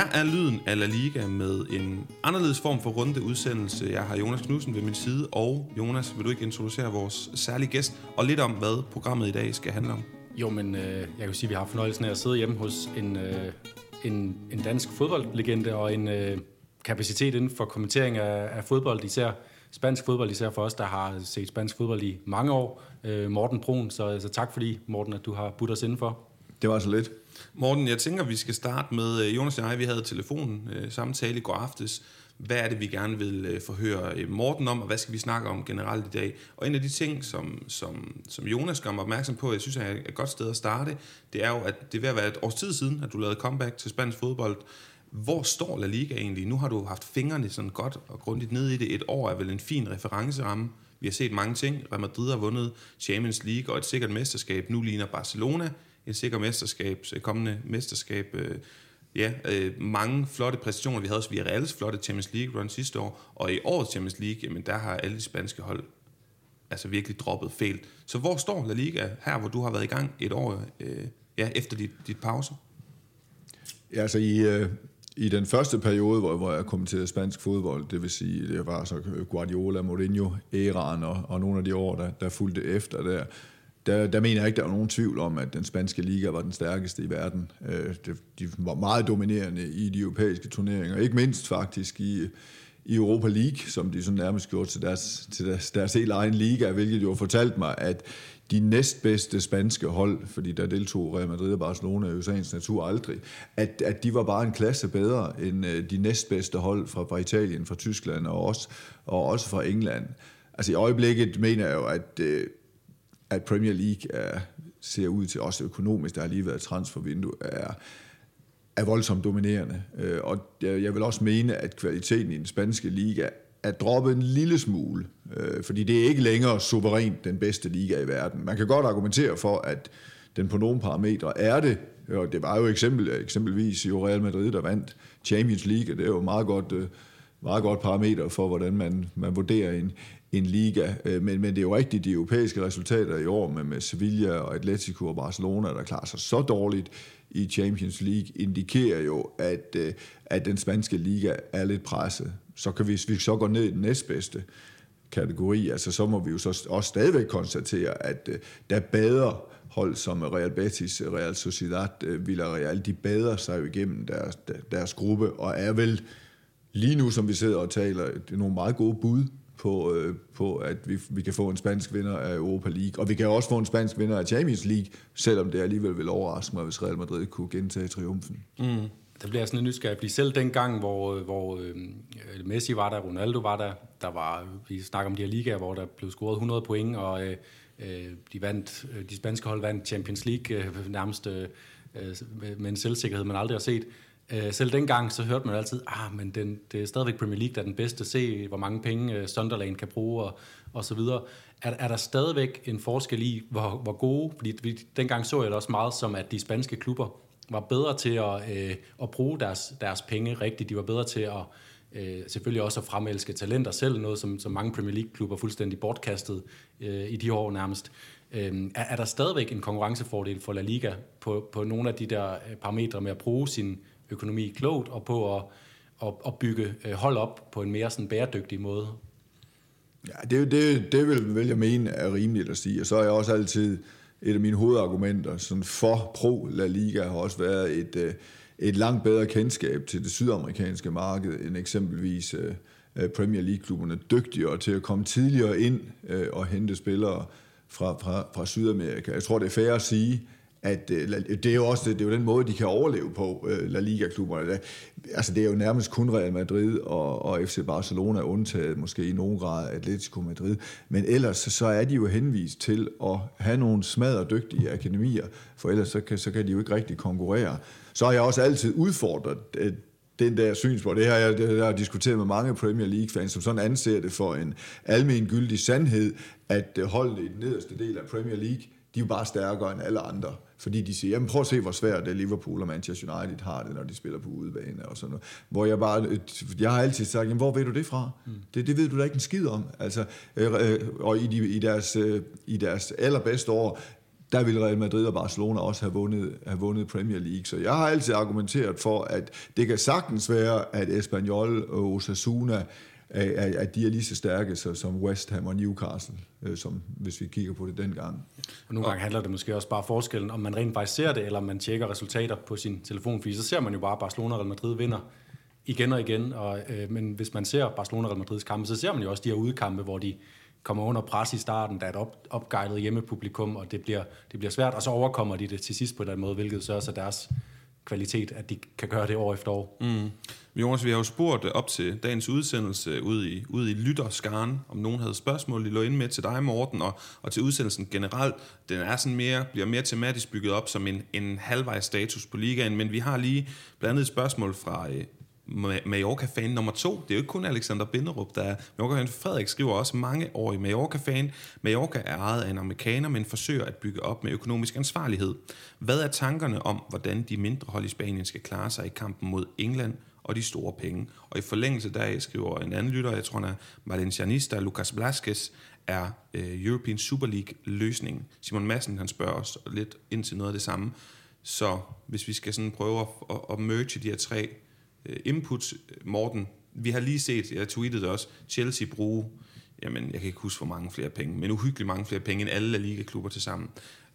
er lyden af La Liga med en anderledes form for runde udsendelse. Jeg har Jonas Knudsen ved min side, og Jonas, vil du ikke introducere vores særlige gæst, og lidt om, hvad programmet i dag skal handle om? Jo, men jeg kan sige, at vi har fornøjelsen af at sidde hjemme hos en dansk fodboldlegende og en kapacitet inden for kommentering af fodbold, især spansk fodbold, især for os, der har set spansk fodbold i mange år. Morten Bruun, så tak fordi, Morten, at du har budt os indenfor. Det var så lidt. Morten, jeg tænker, vi skal starte med Jonas og jeg. Vi havde telefonen samtale i går aftes. Hvad er det, vi gerne vil forhøre Morten om, og hvad skal vi snakke om generelt i dag? Og en af de ting, som Jonas gør mig opmærksom på, jeg synes er et godt sted at starte, det er jo, at det er ved at være et års tid siden, at du lavede comeback til spansk fodbold. Hvor står La Liga egentlig? Nu har du haft fingrene sådan godt og grundigt ned i det. Et år er vel en fin referenceramme. Vi har set mange ting. Real Madrid har vundet Champions League og et sikkert mesterskab. Nu ligner Barcelona en sikker kommende mesterskab. Mange flotte præstationer. Vi havde også Villarreals flotte Champions League run sidste år. Og i årets Champions League, jamen der har alle de spanske hold altså virkelig droppet fejl. Så hvor står La Liga her, hvor du har været i gang et år efter dit pause? Ja, altså i den første periode, hvor jeg kommenterede spansk fodbold, det vil sige, det var så Guardiola, Mourinho-æraen og nogle af de år, der fulgte efter der mener jeg ikke, der var nogen tvivl om, at den spanske liga var den stærkeste i verden. De var meget dominerende i de europæiske turneringer, ikke mindst faktisk i Europa League, som de sådan nærmest gjorde til deres helt egen liga, hvilket jo fortalte mig, at de næstbedste spanske hold, fordi der deltog Real Madrid og Barcelona i sagens natur aldrig, at de var bare en klasse bedre end de næstbedste hold fra Italien, fra Tyskland og også fra England. Altså i øjeblikket mener jeg jo, at Premier League ser ud til, også økonomisk, der har lige været transfervindue, er voldsomt dominerende. Og jeg vil også mene, at kvaliteten i den spanske liga er droppet en lille smule, fordi det er ikke længere suverænt den bedste liga i verden. Man kan godt argumentere for, at den på nogle parametre er det, og det var jo eksempelvis jo Real Madrid, der vandt Champions League, og det er jo meget godt parameter for, hvordan man vurderer en liga, men det er jo rigtigt, de europæiske resultater i år med Sevilla og Atletico og Barcelona, der klarer sig så dårligt i Champions League, indikerer jo, at den spanske liga er lidt presset. Så kan vi så gå ned i den næstbedste kategori, altså så må vi jo så også stadigvæk konstatere, at der bader hold som Real Betis, Real Sociedad, Villarreal, de bader sig jo igennem deres gruppe, og er vel lige nu, som vi sidder og taler, det er nogle meget gode bud på at vi kan få en spansk vinder af Europa League, og vi kan også få en spansk vinder af Champions League, selvom det alligevel vil overraske mig, hvis Real Madrid kunne gentage triumfen. Der bliver sådan en nysgerrig, fordi selv dengang, hvor Messi var der, Ronaldo var der, vi snakker om de her ligaer, hvor der blev scoret 100 point, og de spanske hold vandt Champions League nærmest med en selvsikkerhed, man aldrig har set. Selv dengang, så hørte man altid, men det er stadigvæk Premier League, der er den bedste. Se, hvor mange penge Sunderland kan bruge, og så videre. Er der stadigvæk en forskel i, hvor gode, fordi dengang så jeg det også meget som, at de spanske klubber var bedre til at bruge deres penge rigtigt. De var bedre til at selvfølgelig også at fremelske talenter selv, noget som mange Premier League-klubber fuldstændig bortkastet i de år nærmest. Er der stadigvæk en konkurrencefordel for La Liga på nogle af de der parametre med at bruge sin økonomi klogt og på at bygge hold op på en mere sådan bæredygtig måde? Ja, det vil jeg mene er rimeligt at sige, og så er jeg også altid et af mine hovedargumenter sådan for pro La Liga har også været et langt bedre kendskab til det sydamerikanske marked end eksempelvis Premier League-klubberne, dygtigere til at komme tidligere ind og hente spillere fra Sydamerika. Jeg tror, det er fair at sige, at det er jo den måde, de kan overleve på, La Liga-klubberne. Altså, det er jo nærmest kun Real Madrid og FC Barcelona undtaget, måske i nogen grad Atletico Madrid. Men ellers så er de jo henvist til at have nogle smadredygtige akademier, for ellers så kan de jo ikke rigtig konkurrere. Så har jeg også altid udfordret den der synspunkt. Det har jeg diskuteret med mange Premier League-fans, som sådan anser det for en almengyldig sandhed, at holdene i den nederste del af Premier League, de er jo bare stærkere end alle andre. Fordi de siger, jamen prøv at se, hvor svært det Liverpool og Manchester United har det, når de spiller på udebane og sådan noget. Hvor jeg har altid sagt, jamen hvor ved du det fra? Det ved du da ikke en skid om. Altså, og i deres allerbedste år, der ville Real Madrid og Barcelona også have vundet Premier League. Så jeg har altid argumenteret for, at det kan sagtens være, at Espanyol og Osasuna at de er lige så stærke som West Ham og Newcastle, som hvis vi kigger på det dengang. Og nogle gange handler det måske også bare forskellen, om man rent faktisk ser det, eller om man tjekker resultater på sin telefon, fordi så ser man jo bare, at Barcelona og Real Madrid vinder igen og igen, men hvis man ser Barcelona og Real Madrids kampe, så ser man jo også de her udkampe, hvor de kommer under pres i starten, der er et opgejlet hjemmepublikum, og det bliver svært, og så overkommer de det til sidst på den måde, hvilket så også er deres kvalitet, at de kan gøre det år efter år. Jonas, vi har jo spurgt op til dagens udsendelse ude i lytterskaren, om nogen havde spørgsmål, de lå inde med til dig, Morten, og til udsendelsen generelt. Den er sådan bliver mere tematisk bygget op som en halvvejs status på ligaen, men vi har lige blandt andet et spørgsmål fra Mallorca-fan nummer 2. Det er jo ikke kun Alexander Binderup, der er Mallorca-fan. Frederik skriver også mangeårig Mallorca-fan. Mallorca er ejet af en amerikaner, men forsøger at bygge op med økonomisk ansvarlighed. Hvad er tankerne om, hvordan de mindre hold i Spanien skal klare sig i kampen mod England og de store penge? Og i forlængelse deraf skriver en anden lytter, jeg tror han er valencianista, Lucas Blasquez, er European Super League-løsningen. Simon Madsen, han spørger os lidt ind til noget af det samme. Så hvis vi skal sådan prøve at merge de her tre inputs, Morten, vi har lige set, jeg tweetede det også, Chelsea bruge, jamen jeg kan ikke huske hvor mange flere penge, men uhyggeligt mange flere penge end alle La Liga-klubber til sammen.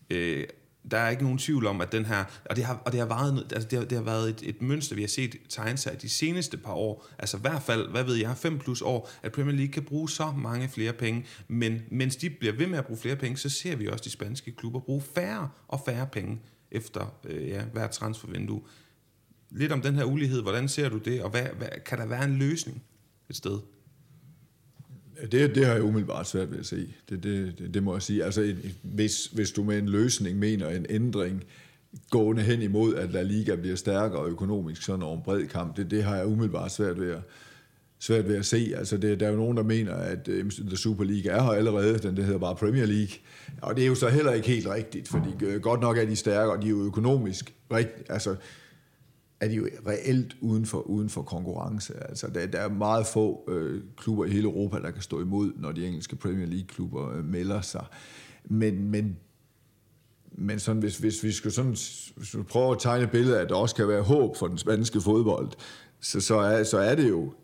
Der er ikke nogen tvivl om, at den her, og det har været et mønster, vi har set tegne sig de seneste par år, altså i hvert fald, 5+ år, at Premier League kan bruge så mange flere penge, men mens de bliver ved med at bruge flere penge, så ser vi også de spanske klubber bruge færre og færre penge efter hvert transfervindue. Lidt om den her ulighed, hvordan ser du det, og hvad kan der være en løsning et sted? Det har jeg umiddelbart svært ved at se. Det må jeg sige. Altså, hvis du med en løsning mener en ændring gående hen imod, at La Liga bliver stærkere økonomisk, sådan over en bred kamp, det har jeg umiddelbart svært ved at se. Altså, der er jo nogen, der mener, at The Super League er her allerede, den hedder bare Premier League. Og det er jo så heller ikke helt rigtigt, fordi godt nok er de stærkere, de er jo økonomisk altså er de jo reelt uden for konkurrence. Altså, der er meget få klubber i hele Europa, der kan stå imod, når de engelske Premier League-klubber melder sig. Men sådan, hvis vi skal sådan, hvis vi prøver at tegne et billede af, at der også kan være håb for den spanske fodbold, så er det jo,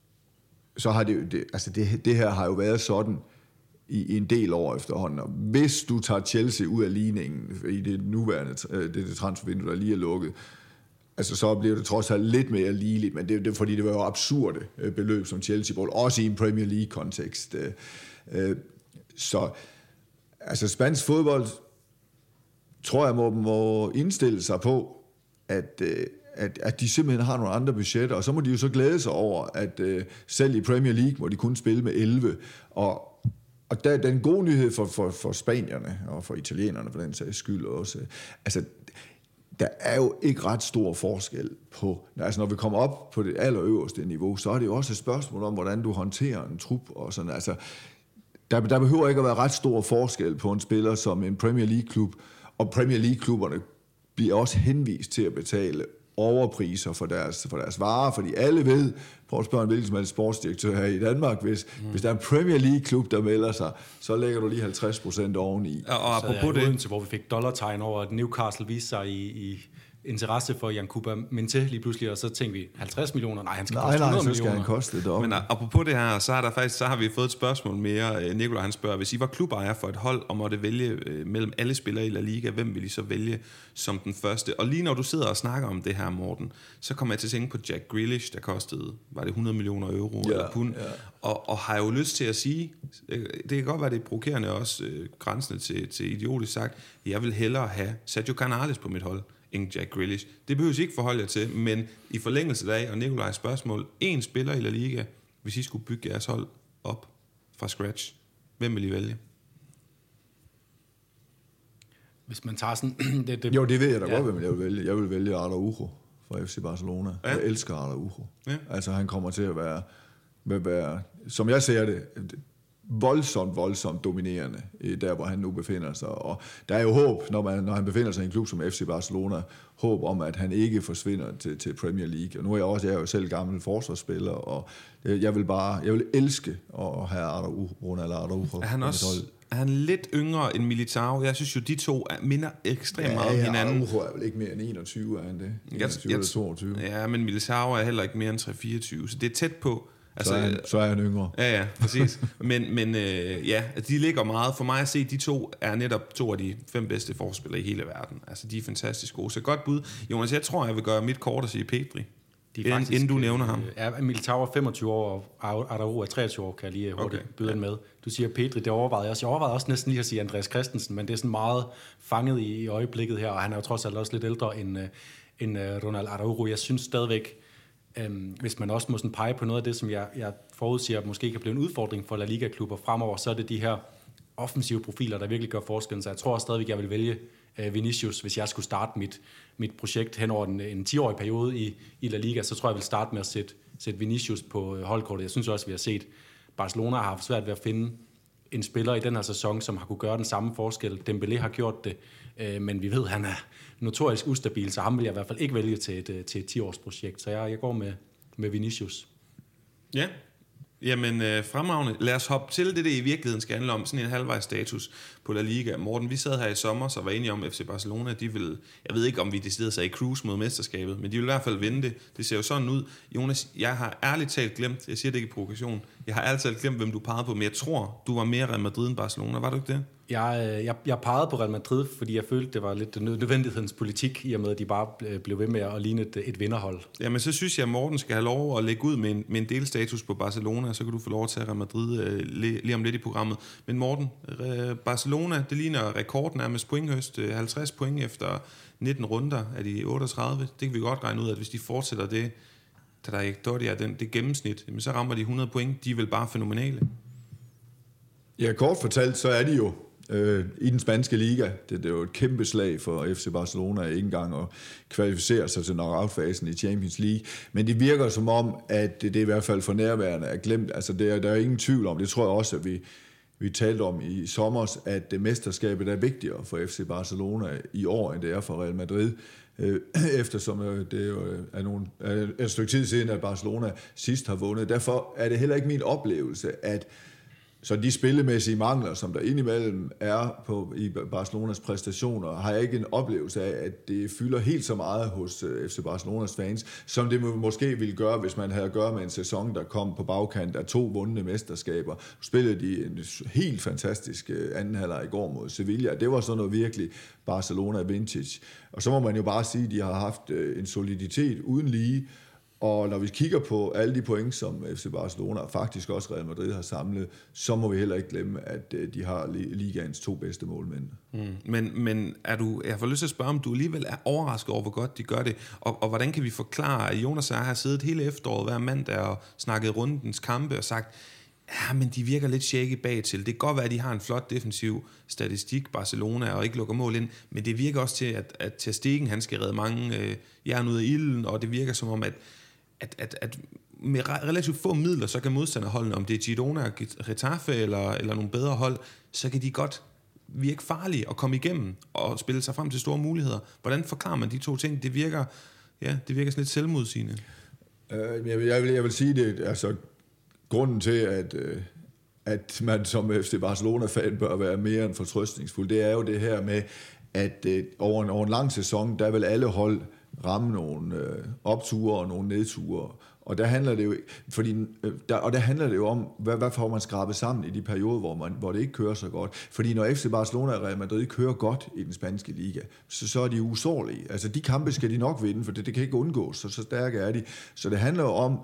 så har det jo, altså det her har jo været sådan i en del år efterhånden. Og hvis du tager Chelsea ud af ligningen i det nuværende det transfervindue, der lige er lukket, altså så bliver det trods alt lidt mere ligeligt, men det er fordi det var jo absurde beløb som Chelsea Bowl, også i en Premier League-kontekst. Så altså spansk fodbold, tror jeg, må indstille sig på, at de simpelthen har nogle andre budgetter, og så må de jo så glæde sig over, at selv i Premier League må de kun spille med 11, og der er den gode nyhed for spanierne, og for italienerne for den sags skyld også, altså der er jo ikke ret stor forskel på, altså når vi kommer op på det allerøverste niveau, så er det jo også et spørgsmål om, hvordan du håndterer en trup og sådan, altså der behøver ikke at være ret stor forskel på en spiller som en Premier League-klub, og Premier League-klubberne bliver også henvist til at betale overpriser for deres varer, fordi alle ved, prøv at spørge en hvilken som helst sportsdirektør her i Danmark, hvis der er en Premier League-klub, der melder sig, så lægger du lige 50% oveni. Og apropos det, hvor vi fik dollartegn over, at Newcastle viste sig i interesse for Yankuba Minteh lige pludselig, og så tænkte vi, 50 millioner? Nej, han skal koste 100 millioner. Skal han koste det op. Men apropos det her, så har vi fået et spørgsmål mere. Nikolaj, han spørger, hvis I var klubejer for et hold, og måtte vælge mellem alle spillere i La Liga, hvem vil I så vælge som den første? Og lige når du sidder og snakker om det her, Morten, så kommer jeg til at tænke på Jack Grealish, der kostede, var det 100 millioner euro eller pund? Ja. Og har jo lyst til at sige, det kan godt være, det er provokerende også, grænsende til idiotisk sagt, jeg vil hellere have Sergio Canales på mit hold, end Jack Grealish. Det behøver I ikke forholde jer til, men i forlængelse af, og Nikolajs spørgsmål, en spiller i La Liga, hvis I skulle bygge jeres hold op fra scratch, hvem vil I vælge? Hvis man tager sådan... Jo, det ved jeg da godt, hvem jeg vil vælge. Jeg vil vælge Araujo fra FC Barcelona. Ja. Jeg elsker Araujo. Ja. Altså, han kommer til at være, som jeg ser det, voldsomt dominerende der, hvor han nu befinder sig. Og der er jo håb, når han befinder sig i en klub som FC Barcelona, håb om, at han ikke forsvinder til Premier League. Og nu er jeg jo selv gammel forsvarsspiller, og jeg vil elske at have Ronald Araujo. han lidt yngre end Militao? Jeg synes jo, de to minder ekstremt meget om hinanden. Ja, Araujo er vel ikke mere end 21, er han det? 21 eller 22. Ja, men Militao er heller ikke mere end 3-24, så det er tæt på. Altså, så er han yngre. Ja, præcis. men ja, de ligger meget. For mig at se, de to er netop 2 af de 5 bedste forspillere i hele verden. Altså, de er fantastisk gode. Så godt bud. Jonas, jeg tror, jeg vil gøre mit kort og sige Pedri. Inden du nævner ham. Militao er 25 år, og Araujo er 23 år, kan jeg lige hurtigt byde ind med. Du siger Pedri, det overvejede jeg også. Jeg overvejede også næsten lige at sige Andreas Christensen, men det er sådan meget fanget i øjeblikket her, og han er jo trods alt også lidt ældre end Ronald Araujo. Jeg synes stadigvæk, hvis man også må sådan pege på noget af det, som jeg forudsiger måske kan blive en udfordring for La Liga-klubber fremover, så er det de her offensive profiler, der virkelig gør forskellen. Så jeg tror stadigvæk, jeg vil vælge Vinicius, hvis jeg skulle starte mit projekt hen over en 10-årig periode i La Liga, så tror jeg vil starte med at sætte Vinicius på holdkortet. Jeg synes også, vi har set, Barcelona har haft svært ved at finde en spiller i den her sæson, som har kunne gøre den samme forskel. Dembélé har gjort det, men vi ved, at han er notorisk ustabil, så ham vil jeg i hvert fald ikke vælge til et 10-års projekt. Så jeg går med Vinicius. Ja. Jamen, fremragende. Lad os hoppe til det i virkeligheden skal handle om. Sådan en halvvejs status på La Liga. Morten, vi sad her i sommer, så var enige om FC Barcelona. De vil, jeg ved ikke, om vi decideret sig i cruise mod mesterskabet, men de vil i hvert fald vinde det. Det ser jo sådan ud. Jonas, jeg har ærligt talt glemt, jeg siger det ikke i provokation, jeg har ærligt talt glemt, hvem du pegede på, men jeg tror, du var mere Real Madrid end Barcelona. Var du ikke det? Jeg pegede på Real Madrid, fordi jeg følte, det var lidt nødvendighedens politik, i og med, at de bare blev ved med at ligne et vinderhold. Jamen, så synes jeg, at Morten skal have lov at lægge ud med en delstatus på Barcelona, så kan du få lov at tage Real Madrid lige om lidt i programmet. Men Morten, Barcelona, det ligner rekorden nærmest pointhøst, 50 point efter 19 runder af de 38. Det kan vi godt regne ud, at hvis de fortsætter det, der er ikke det gennemsnit, så rammer de 100 point. De er vel bare fænomenale. Ja, kort fortalt, så er de jo i den spanske liga. Det er jo et kæmpe slag for FC Barcelona ikke engang at kvalificere sig til knockout-fasen i Champions League. Men det virker som om, at det i hvert fald for nærværende er glemt. Altså, der er ingen tvivl om. Det tror jeg også, at vi talte om i sommer, at mesterskabet er vigtigere for FC Barcelona i år, end det er for Real Madrid. Eftersom det jo er et stykke tid siden, at Barcelona sidst har vundet. Derfor er det heller ikke min oplevelse, at så de spillemæssige mangler, som der indimellem er i Barcelonas præstationer, har jeg ikke en oplevelse af, at det fylder helt så meget hos FC Barcelonas fans, som det måske ville gøre, hvis man havde at gøre med en sæson, der kom på bagkant af 2 vundne mesterskaber. Spillede de en helt fantastisk anden halvleg i går mod Sevilla. Det var sådan noget virkelig Barcelona vintage. Og så må man jo bare sige, at de har haft en soliditet uden lige. Og når vi kigger på alle de point, som FC Barcelona og faktisk også Real Madrid har samlet, så må vi heller ikke glemme, at de har ligaens 2 bedste målmænd. Men jeg får lyst til at spørge, om du alligevel er overrasket over, hvor godt de gør det, og hvordan kan vi forklare, at Jonas og jeg har siddet hele efteråret hver mandag og snakket rundens kampe og sagt, ja, men de virker lidt shaky bagtil. Det kan godt være, at de har en flot defensiv statistik, Barcelona, og ikke lukker mål ind, men det virker også til, at Ter Stegen, han skal redde mange jern ud af ilden, og det virker som om, at med relativt få midler, så kan modstanderholdene, om det er Girona, Getafe eller nogle bedre hold, så kan de godt virke farlige og komme igennem og spille sig frem til store muligheder. Hvordan forklarer man de 2 ting? Det virker sådan lidt selvmodsigende. Jeg vil sige det, altså grunden til, at man som FC Barcelona-fan bør være mere end fortrøstningsfuld, det er jo det her med, at over en lang sæson, der vil alle hold ramme nogle opture og nogle nedture. Og der handler det jo, der handler det jo om, hvad får man skrabet sammen i de perioder, hvor det ikke kører så godt. Fordi når FC Barcelona og Real Madrid kører godt i den spanske liga, så er de usårlige. Altså de kampe skal de nok vinde, for det kan ikke undgås, så stærke er de. Så det handler jo om,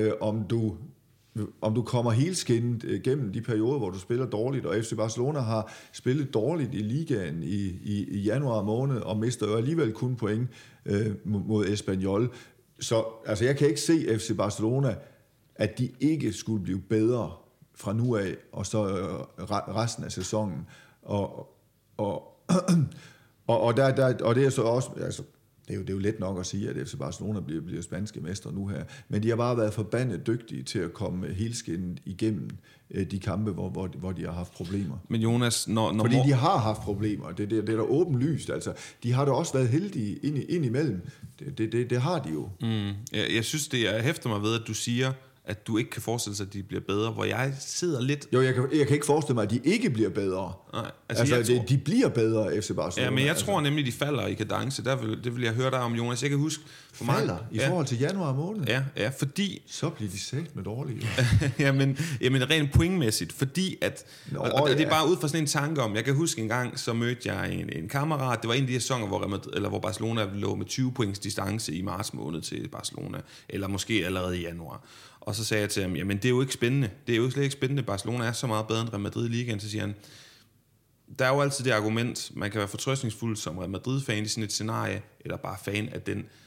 om du kommer helskindet gennem de perioder, hvor du spiller dårligt, og FC Barcelona har spillet dårligt i ligaen i januar måned, og mister jo alligevel kun point mod Espanyol. Så altså, jeg kan ikke se FC Barcelona, at de ikke skulle blive bedre fra nu af, og så resten af sæsonen. Og det er så også... Altså, det er jo let nok at sige, at FC Barcelona bliver spanske mestre nu her, men de har bare været forbandet dygtige til at komme helskindet igennem de kampe, hvor de har haft problemer. Men Jonas, fordi de har haft problemer, det er der åbenlyst, altså. De har da også været heldige ind imellem. Det har de jo. Jeg synes, jeg hæfter mig ved, at du siger, at du ikke kan forestille sig, at de bliver bedre, hvor jeg sidder lidt... Jo, jeg kan ikke forestille mig, at de ikke bliver bedre. Nej, de bliver bedre, FC Barcelona. Ja, men jeg tror nemlig, de falder i kadence. Det vil jeg høre dig om, Jonas. Jeg kan huske... Falder? I forhold til januar måned? Ja, fordi... Så bliver de sagt med dårlige. Jamen, rent pointmæssigt, fordi at... Og det er bare ud fra sådan en tanke om... Jeg kan huske en gang, så mødte jeg en kammerat. Det var en af de her sæsoner, hvor Barcelona lå med 20 points distance i marts måned til Barcelona. Eller måske allerede i januar. Og så sagde jeg til ham, jamen det er jo ikke spændende. Det er jo slet ikke spændende. Barcelona er så meget bedre end Real Madrid i ligaen. Så siger han, der er jo altid det argument, man kan være fortrøstningsfuld som Real Madrid-fan i sådan et scenarie, eller bare fan af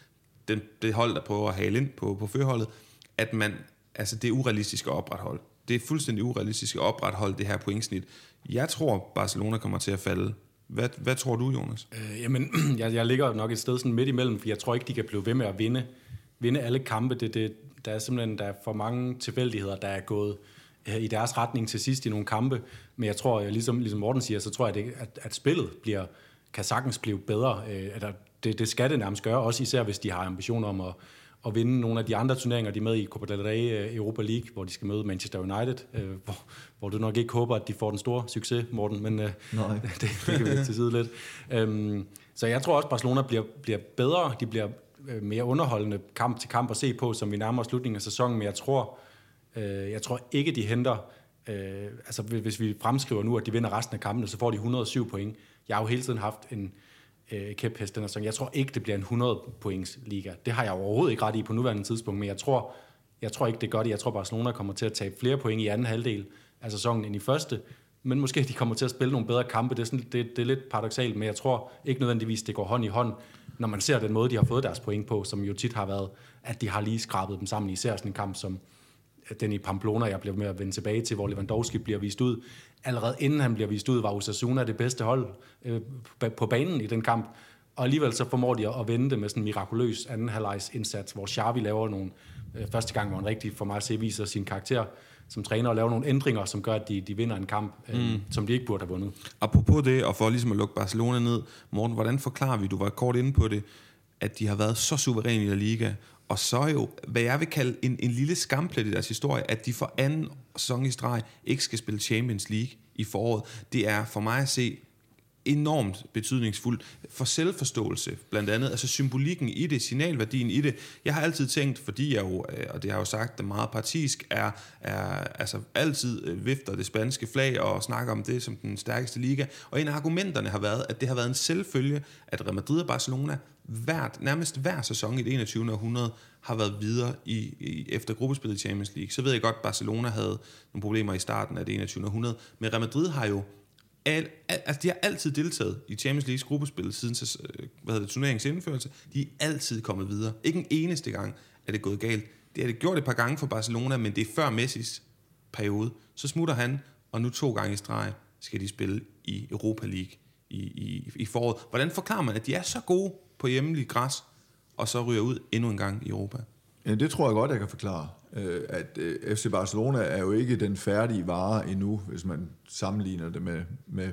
det hold, der prøver at hale ind på førholdet, at det er urealistisk at opretholde. Det er fuldstændig urealistisk at opretholde det her pointsnit. Jeg tror, Barcelona kommer til at falde. Hvad tror du, Jonas? Jeg ligger nok et sted sådan midt imellem, for jeg tror ikke, de kan blive ved med at vinde alle kampe. Der er for mange tilfældigheder, der er gået i deres retning til sidst i nogle kampe. Men jeg tror, ligesom Morten siger, så tror jeg, at spillet kan sagtens blive bedre. Det skal det nærmest gøre, også især hvis de har ambitioner om at vinde nogle af de andre turneringer, de er med i Copa del Rey, Europa League, hvor de skal møde Manchester United, hvor du nok ikke håber, at de får den store succes, Morten, men det kan vi lægge til side lidt. Så jeg tror også, at Barcelona bliver bedre, de bliver mere underholdende kamp til kamp at se på, som vi nærmer os slutningen af sæsonen, men jeg tror ikke, de henter, hvis vi fremskriver nu, at de vinder resten af kampene, så får de 107 point. Jeg har jo hele tiden haft en kæphest den her sæson. Jeg tror ikke, det bliver en 100 points liga. Det har jeg overhovedet ikke ret i på nuværende tidspunkt, men jeg tror ikke, det gør det. Jeg tror, Barcelona kommer til at tabe flere point i anden halvdel af sæsonen end i første, men måske de kommer til at spille nogle bedre kampe. Det er lidt paradoksalt, men jeg tror ikke nødvendigvis, det går hånd i hånd, når man ser den måde, de har fået deres point på, som jo tit har været, at de har lige skrabet dem sammen, især sådan en kamp som den i Pamplona, jeg blev med at vende tilbage til, hvor Lewandowski bliver vist ud. Allerede inden han bliver vist ud, var Osasuna det bedste hold på banen i den kamp, og alligevel så formår de at vende det med sådan en mirakuløs anden halvlejs indsats, hvor Xavi laver nogle, første gang, hvor han rigtig for mig at se viser sin karakter som træner og laver nogle ændringer, som gør, at de vinder en kamp, som de ikke burde have vundet. Apropos det, og for ligesom at lukke Barcelona ned, Morten, hvordan forklarer vi, du var kort inde på det, at de har været så suveræne i La Liga, og så jo, hvad jeg vil kalde en lille skamplet i deres historie, at de for anden sæson i streg ikke skal spille Champions League i foråret. Det er for mig at se enormt betydningsfuldt for selvforståelse, blandt andet, altså symbolikken i det, signalværdien i det. Jeg har altid tænkt, fordi jeg jo, og det har jeg jo sagt, det meget partisk, er altså altid vifter det spanske flag og snakker om det som den stærkeste liga, og en af argumenterne har været, at det har været en selvfølge, at Real Madrid og Barcelona nærmest hver sæson i det 21. århundrede har været videre efter gruppespillet i Champions League. Så ved jeg godt, at Barcelona havde nogle problemer i starten af det 21. århundrede, men Real Madrid har jo de har altid deltaget i Champions Leagues gruppespil siden turneringens indførelse. De er altid kommet videre. Ikke en eneste gang er det gået galt. Det har det gjort et par gange for Barcelona, men det er før Messis periode. Så smutter han, og nu 2 gange i streg skal de spille i Europa League i foråret. Hvordan forklarer man, at de er så gode på hjemmelig græs, og så ryger ud endnu en gang i Europa? Ja, det tror jeg godt, jeg kan forklare. At FC Barcelona er jo ikke den færdige vare endnu, hvis man sammenligner det med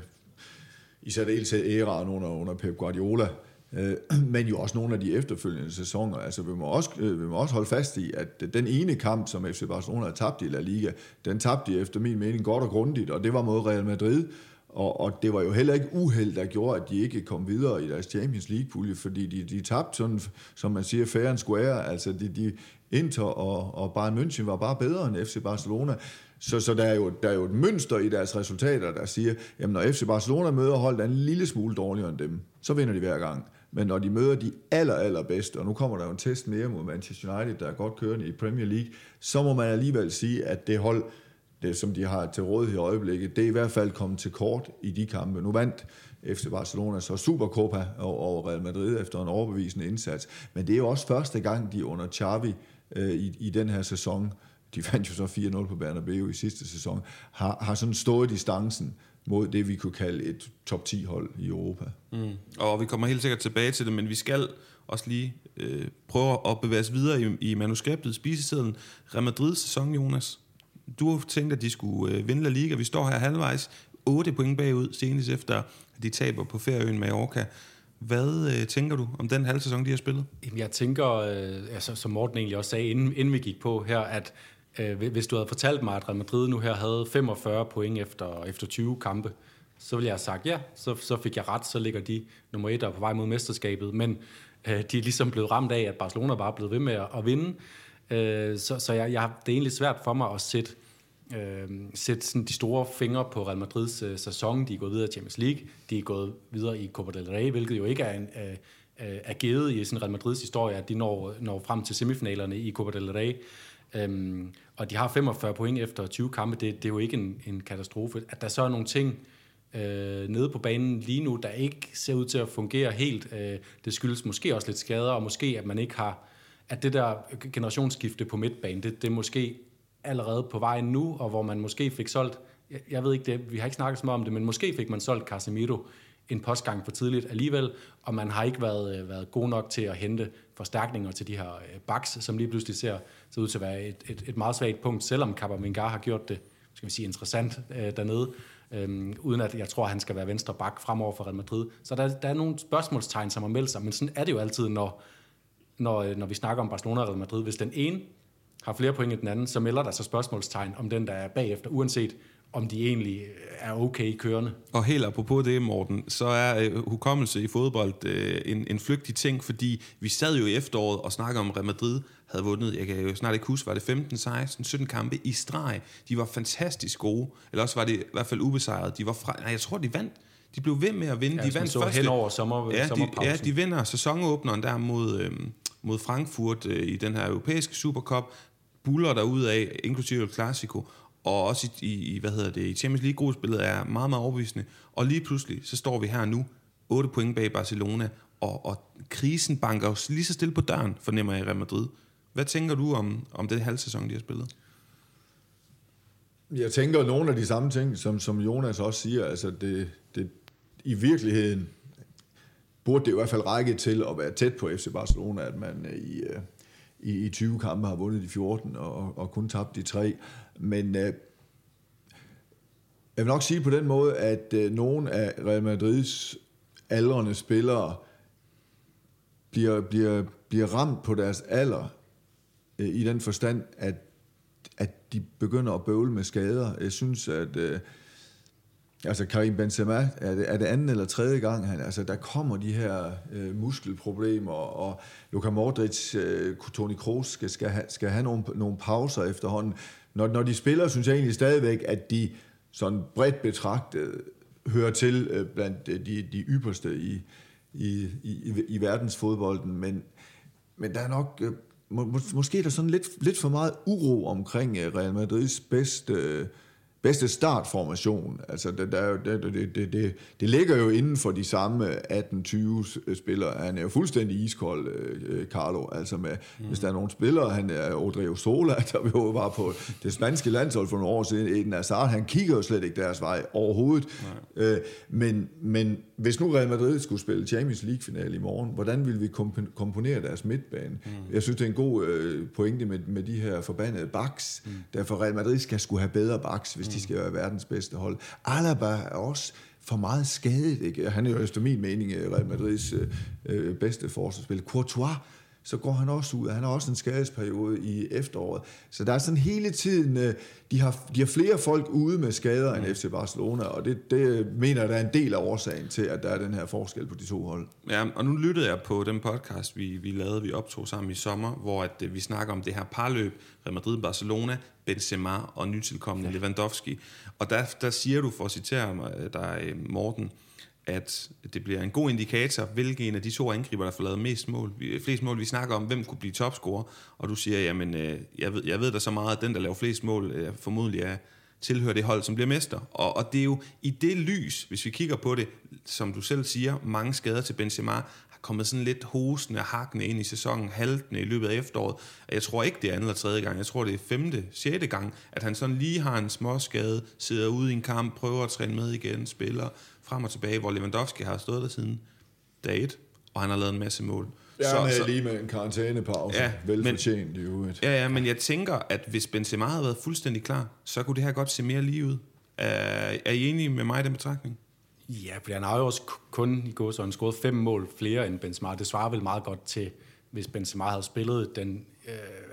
i særdeleshed æraen under Pep Guardiola, men jo også nogle af de efterfølgende sæsoner. Altså vi må også holde fast i, at den ene kamp, som FC Barcelona har tabt i La Liga, den tabte de efter min mening godt og grundigt, og det var mod Real Madrid. Og det var jo heller ikke uheld, der gjorde, at de ikke kom videre i deres Champions League-pulje, fordi de tabte sådan, som man siger, fair and square. Altså de Inter og Bayern München var bare bedre end FC Barcelona. Så der er jo et mønster i deres resultater, der siger, jamen når FC Barcelona møder hold, der er en lille smule dårligere end dem, så vinder de hver gang. Men når de møder de allerbedste, og nu kommer der jo en test mere mod Manchester United, der er godt kørende i Premier League, så må man alligevel sige, at det hold, det, som de har til rådighed i øjeblikket, det er i hvert fald kommet til kort i de kampe. Nu vandt FC Barcelona så Supercopa over Real Madrid efter en overbevisende indsats. Men det er jo også første gang, de under Xavi i den her sæson, de vandt jo så 4-0 på Bernabeu i sidste sæson, har sådan stået distancen mod det, vi kunne kalde et top 10-hold i Europa. Og vi kommer helt sikkert tilbage til det, men vi skal også lige prøve at bevæge os videre i manuskriptet, spisesedlen. Real Madrids sæson, Jonas. Du har tænkt, at de skulle vinde La Liga. Vi står her halvvejs, 8 point bagud, senest efter, at de taber på ferieøen Mallorca. Hvad tænker du om den halve sæson, de har spillet? Jeg tænker, som Morten egentlig også sagde, inden vi gik på her, at Hvis du havde fortalt mig, at Real Madrid nu her havde 45 point efter 20 kampe, så ville jeg have sagt, ja, så fik jeg ret, så ligger de nummer 1 og på vej mod mesterskabet. Men de er ligesom blevet ramt af, at Barcelona bare er blevet ved med at vinde. Så det er egentlig svært for mig at sætte sådan de store fingre på Real Madrids sæson. De er gået videre i Champions League, de er gået videre i Copa del Rey, hvilket jo ikke er givet i sådan Real Madrids historie, at de når frem til semifinalerne i Copa del Rey. Og de har 45 point efter 20 kampe. Det er jo ikke en katastrofe. At der så er nogle ting nede på banen lige nu, der ikke ser ud til at fungere helt. Det skyldes måske også lidt skader, og måske at man ikke har, at det der generationsskifte på midtbanen, det er måske allerede på vej nu, og hvor man måske fik solgt, jeg ved ikke det, vi har ikke snakket så meget om det, men måske fik man solgt Casemiro en postgang for tidligt alligevel, og man har ikke været god nok til at hente forstærkninger til de her backs, som lige pludselig ser ud til at være et meget svagt punkt, selvom Camavinga har gjort det, skal vi sige, interessant dernede, uden at jeg tror, at han skal være venstre bak fremover for Real Madrid. Så der er nogle spørgsmålstegn, som har meldt sig, men sådan er det jo altid, når vi snakker om Barcelona og Real Madrid. Hvis den ene har flere point end den anden, så melder der så spørgsmålstegn om den, der er bagefter, uanset om de egentlig er okay kørende. Og helt apropos det, Morten, så er hukommelse i fodbold en flygtig ting, fordi vi sad jo i efteråret og snakkede om, Real Madrid havde vundet, jeg kan jo snart ikke huske, var det 15, 16, 17 kampe i streg. De var fantastisk gode, eller også var det i hvert fald ubesejret. Jeg tror, de vandt. De blev ved med at vinde. Ja, de vandt så hen over sommerpausen. Ja, de vinder sæsonåbneren der mod Frankfurt i den her europæiske Supercup, buller der ud af, inklusive El Clasico, og også i Champions League-gruppespillet er meget, meget overbevisende. Og lige pludselig, så står vi her nu, 8 point bag Barcelona, og krisen banker os lige så stille på døren, fornemmer jeg i Real Madrid. Hvad tænker du om det halvsæson, de har spillet? Jeg tænker nogle af de samme ting, som Jonas også siger. Altså det i virkeligheden burde det i hvert fald række til at være tæt på FC Barcelona, at man i 20 kampe har vundet de 14 og kun tabt de 3. Men jeg vil nok sige på den måde, at nogle af Real Madrids aldrende spillere bliver ramt på deres alder i den forstand, at de begynder at bøvle med skader. Jeg synes, at Karim Benzema er det anden eller tredje gang, der kommer de her muskelproblemer, og Luka Modric, Toni Kroos skal have nogle pauser efterhånden. Når de spiller, synes jeg egentlig stadigvæk, at de sådan bredt betragtet hører til blandt de ypperste i verdensfodbolden, men der er nok måske er der sådan lidt for meget uro omkring Real Madrids bedste startformation. Altså det ligger jo inden for de samme 18-20 spillere. Han er jo fuldstændig iskold, Carlo. Altså hvis der er nogle spillere, han er Odriozola, der jo var på det spanske landshold for nogle år siden, Eden Hazard, han kigger jo slet ikke deres vej overhovedet. Men hvis nu Real Madrid skulle spille Champions League-finale i morgen, hvordan ville vi komponere deres midtbane? Jeg synes, det er en god pointe med de her forbandede backs. Derfor Real Madrid skulle have bedre backs, hvis de skal være verdens bedste hold. Alaba er også for meget skadet, ikke? Han er jo efter min mening Real Madrids bedste forsvarsspiller. Courtois, så går han også ud. Han har også en skadesperiode i efteråret. Så der er sådan hele tiden, de har flere folk ude med skader end FC Barcelona, og det mener jeg, der er en del af årsagen til, at der er den her forskel på de to hold. Ja, og nu lyttede jeg på den podcast, vi optog sammen i sommer, hvor vi snakker om det her parløb, Real Madrid, Barcelona, Benzema og nytilkommende Lewandowski. Og der siger du, for at citere dig, Morten, at det bliver en god indikator, hvilken af de to angriber, der får lavet flest mål. Vi snakker om, hvem kunne blive topscorer, og du siger, jamen, jeg ved da så meget, at den, der laver flest mål, formodentlig tilhører det hold, som bliver mester. Og det er jo i det lys, hvis vi kigger på det, som du selv siger, mange skader til Benzema, har kommet sådan lidt hosende og hakkende ind i sæsonen, haltende i løbet af efteråret. Jeg tror ikke, det er anden eller tredje gang, jeg tror, det er 5., 6. gang, at han sådan lige har en småskade, sidder ude i en kamp, prøver at træne med igen, spiller frem og tilbage, hvor Lewandowski har stået der siden dag 1, og han har lavet en masse mål. Ja, lige med en karantænepause. Ja, velfortjent i øvrigt. Ja, men jeg tænker, at hvis Benzema havde været fuldstændig klar, så kunne det her godt se mere lige ud. Er I enige med mig i den betragtning? Ja, for han har jo også kun i gåseøjne scoret 5 mål flere end Benzema. Det svarer vel meget godt til, hvis Benzema havde spillet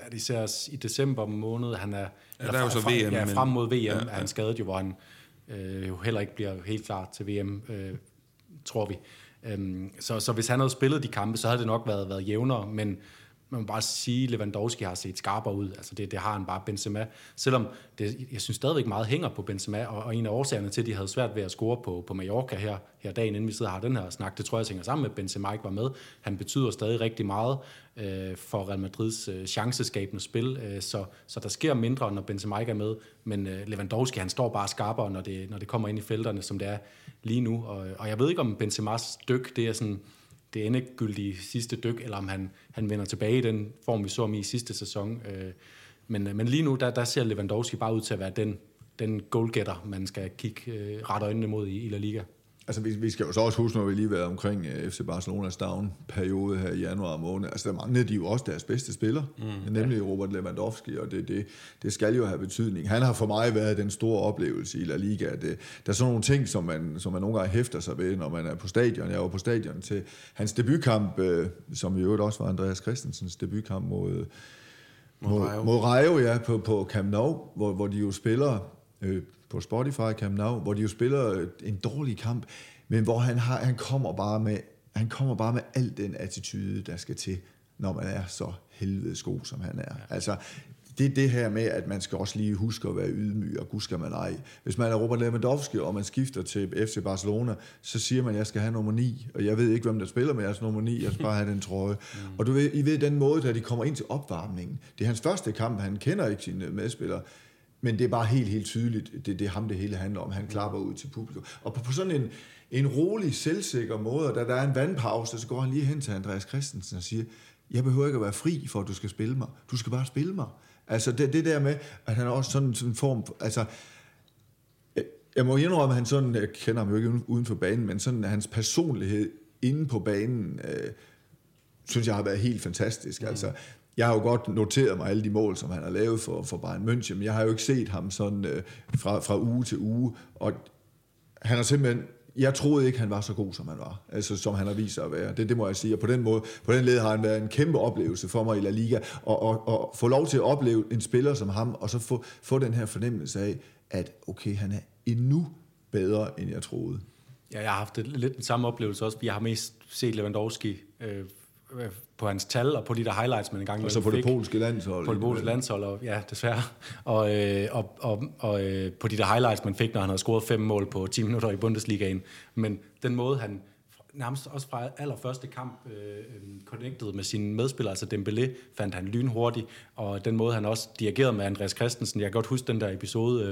de ser os i december måned, han er... Ja, der er jo så VM. Ja, frem mod VM er han skadet jo, hvor han jo heller ikke bliver helt klar til VM, tror vi. Så hvis han havde spillet de kampe, så havde det nok været jævnere, men man må bare sige, at Lewandowski har set skarpere ud. Altså det har han bare. Benzema, selvom jeg synes stadigvæk meget hænger på Benzema, og en af årsagerne til, at de havde svært ved at score på Mallorca her dagen, inden vi sidder og har den her snak, det tror jeg hænger sammen med, at Benzema ikke var med. Han betyder stadig rigtig meget for Real Madrids chanceskabende spil, så der sker mindre, når Benzema ikke er med, men Lewandowski, han står bare skarpere, når det kommer ind i felterne, som det er lige nu, og jeg ved ikke, om Benzemas dyk, det er sådan det endegyldige sidste dyk, eller om han vender tilbage i den form, vi så ham i sidste sæson. Men lige nu, der ser Lewandowski bare ud til at være den goalgetter, man skal kigge ret øjnene mod i La Liga. Altså, vi skal jo så også huske, når vi lige været omkring FC Barcelonas down-periode her i januar måned. Altså, der manglede de jo også deres bedste spiller, nemlig Robert Lewandowski, og det skal jo have betydning. Han har for mig været den store oplevelse i La Liga. Der er sådan nogle ting, som man nogle gange hæfter sig ved, når man er på stadion. Jeg var på stadion til hans debutkamp, som i øvrigt også var Andreas Christensens debutkamp mod Rayo, ja, på Camp Nou, hvor de jo spiller... på Spotify Camp Nou, hvor de jo spiller en dårlig kamp, men hvor han kommer bare med al den attitude, der skal til, når man er så helvedes god, som han er. Altså, det er det her med, at man skal også lige huske at være ydmyg, og gud skal man ej. Hvis man er Robert Lewandowski, og man skifter til FC Barcelona, så siger man, at jeg skal have nummer 9, og jeg ved ikke, hvem der spiller med jeres nummer 9, jeg skal bare have den trøje. Og I ved den måde, da de kommer ind til opvarmningen. Det er hans første kamp, han kender ikke sine medspillere, men det er bare helt tydeligt, det er ham, det hele handler om. Han klapper ud til publikum. Og på sådan en rolig, selvsikker måde, da der er en vandpause, så går han lige hen til Andreas Christensen og siger, jeg behøver ikke at være fri, for at du skal spille mig. Du skal bare spille mig. Altså det der med, at han er også sådan en form... Altså, jeg må indrømme, at han sådan... Jeg kender ham jo ikke uden for banen, men sådan hans personlighed inde på banen, synes jeg har været helt fantastisk. Altså, jeg har jo godt noteret mig alle de mål, som han har lavet for Bayern München, men jeg har jo ikke set ham sådan fra uge til uge, og han har simpelthen... Jeg troede ikke, han var så god, som han var, altså som han har vist sig at være. Det må jeg sige, og på den led har han været en kæmpe oplevelse for mig i La Liga, og få lov til at opleve en spiller som ham, og så få den her fornemmelse af, at okay, han er endnu bedre, end jeg troede. Ja, jeg har haft lidt den samme oplevelse også. Jeg har mest set Lewandowski på hans tal og på de der highlights, man engang og så på det polske landshold. På det polske landshold, og ja, desværre. Og på de der highlights, man fik, når han havde scoret 5 mål på 10 minutter i Bundesligaen. Men den måde, han nærmest også fra allerførste kamp connected med sine medspillere, altså Dembélé, fandt han lynhurtigt, og den måde, han også dirigerede med Andreas Christensen. Jeg kan godt huske den der episode,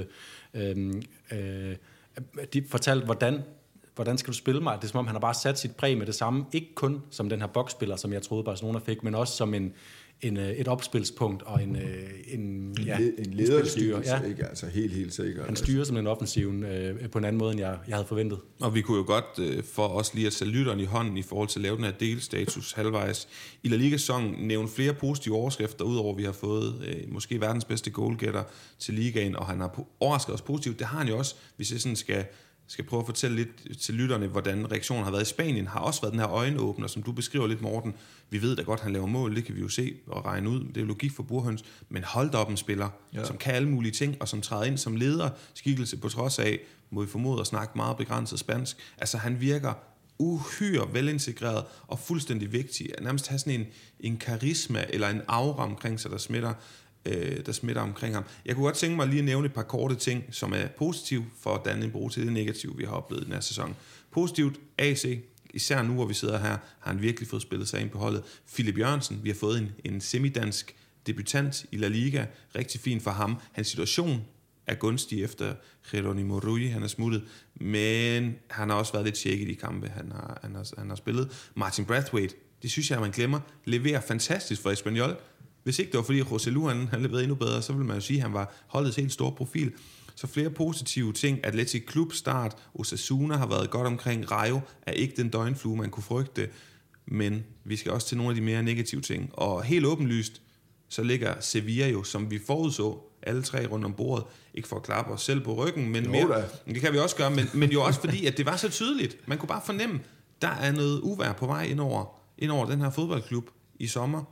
de fortalte, hvordan skal du spille mig? Det er som om, han har bare sat sit præg med det samme. Ikke kun som den her boksspiller, som jeg troede Barcelona fik, men også som et opspilspunkt og en lederstyre. Ja. Ikke? Altså helt sikkert. Han styrer som en offensiven på en anden måde, end jeg havde forventet. Og vi kunne jo godt, for os lige at sætte lytteren i hånden i forhold til at lave den her delstatus halvvejs, i La Liga-sæsonen nævne flere positive overskrifter, udover at vi har fået måske verdens bedste goalgetter til ligaen, og han har overrasket os positivt. Det har han jo også, hvis jeg sådan skal prøve at fortælle lidt til lytterne, hvordan reaktionen har været i Spanien, har også været den her øjenåbner, som du beskriver lidt, Morten. Vi ved da godt, han laver mål, det kan vi jo se og regne ud. Det er logik for burhøns, men hold da op en spiller, som kan alle mulige ting, og som træder ind som lederskikkelse på trods af, må vi formode at snakke meget begrænset spansk. Altså han virker uhyre velintegreret og fuldstændig vigtig. Nærmest have sådan en karisma eller en aura omkring sig, der smitter omkring ham. Jeg kunne godt tænke mig lige at nævne et par korte ting, som er positive for at danne en bro til det negative, vi har oplevet i den her sæson. Positivt, AC, især nu, hvor vi sidder her, har han virkelig fået spillet sig ind på holdet. Philip Jørgensen, vi har fået en semidansk debutant i La Liga, rigtig fin for ham. Hans situation er gunstig efter Geronimo Rui, han er smuttet, men han har også været lidt shaky i de kampe, han har spillet. Martin Braithwaite, det synes jeg, man glemmer, leverer fantastisk for Espanyol. Hvis ikke det var fordi José Lu han leverede endnu bedre, så ville man jo sige, at han var holdets helt store profil. Så flere positive ting. Athletic Klub start, Osasuna har været godt omkring. Rayo er ikke den døgnflue, man kunne frygte. Men vi skal også til nogle af de mere negative ting. Og helt åbenlyst, så ligger Sevilla jo, som vi forudså, alle tre rundt om bordet. Ikke for at klappe os selv på ryggen, men mere, det kan vi også gøre. Men jo også fordi, at det var så tydeligt. Man kunne bare fornemme, der er noget uvejr på vej ind over den her fodboldklub i sommer.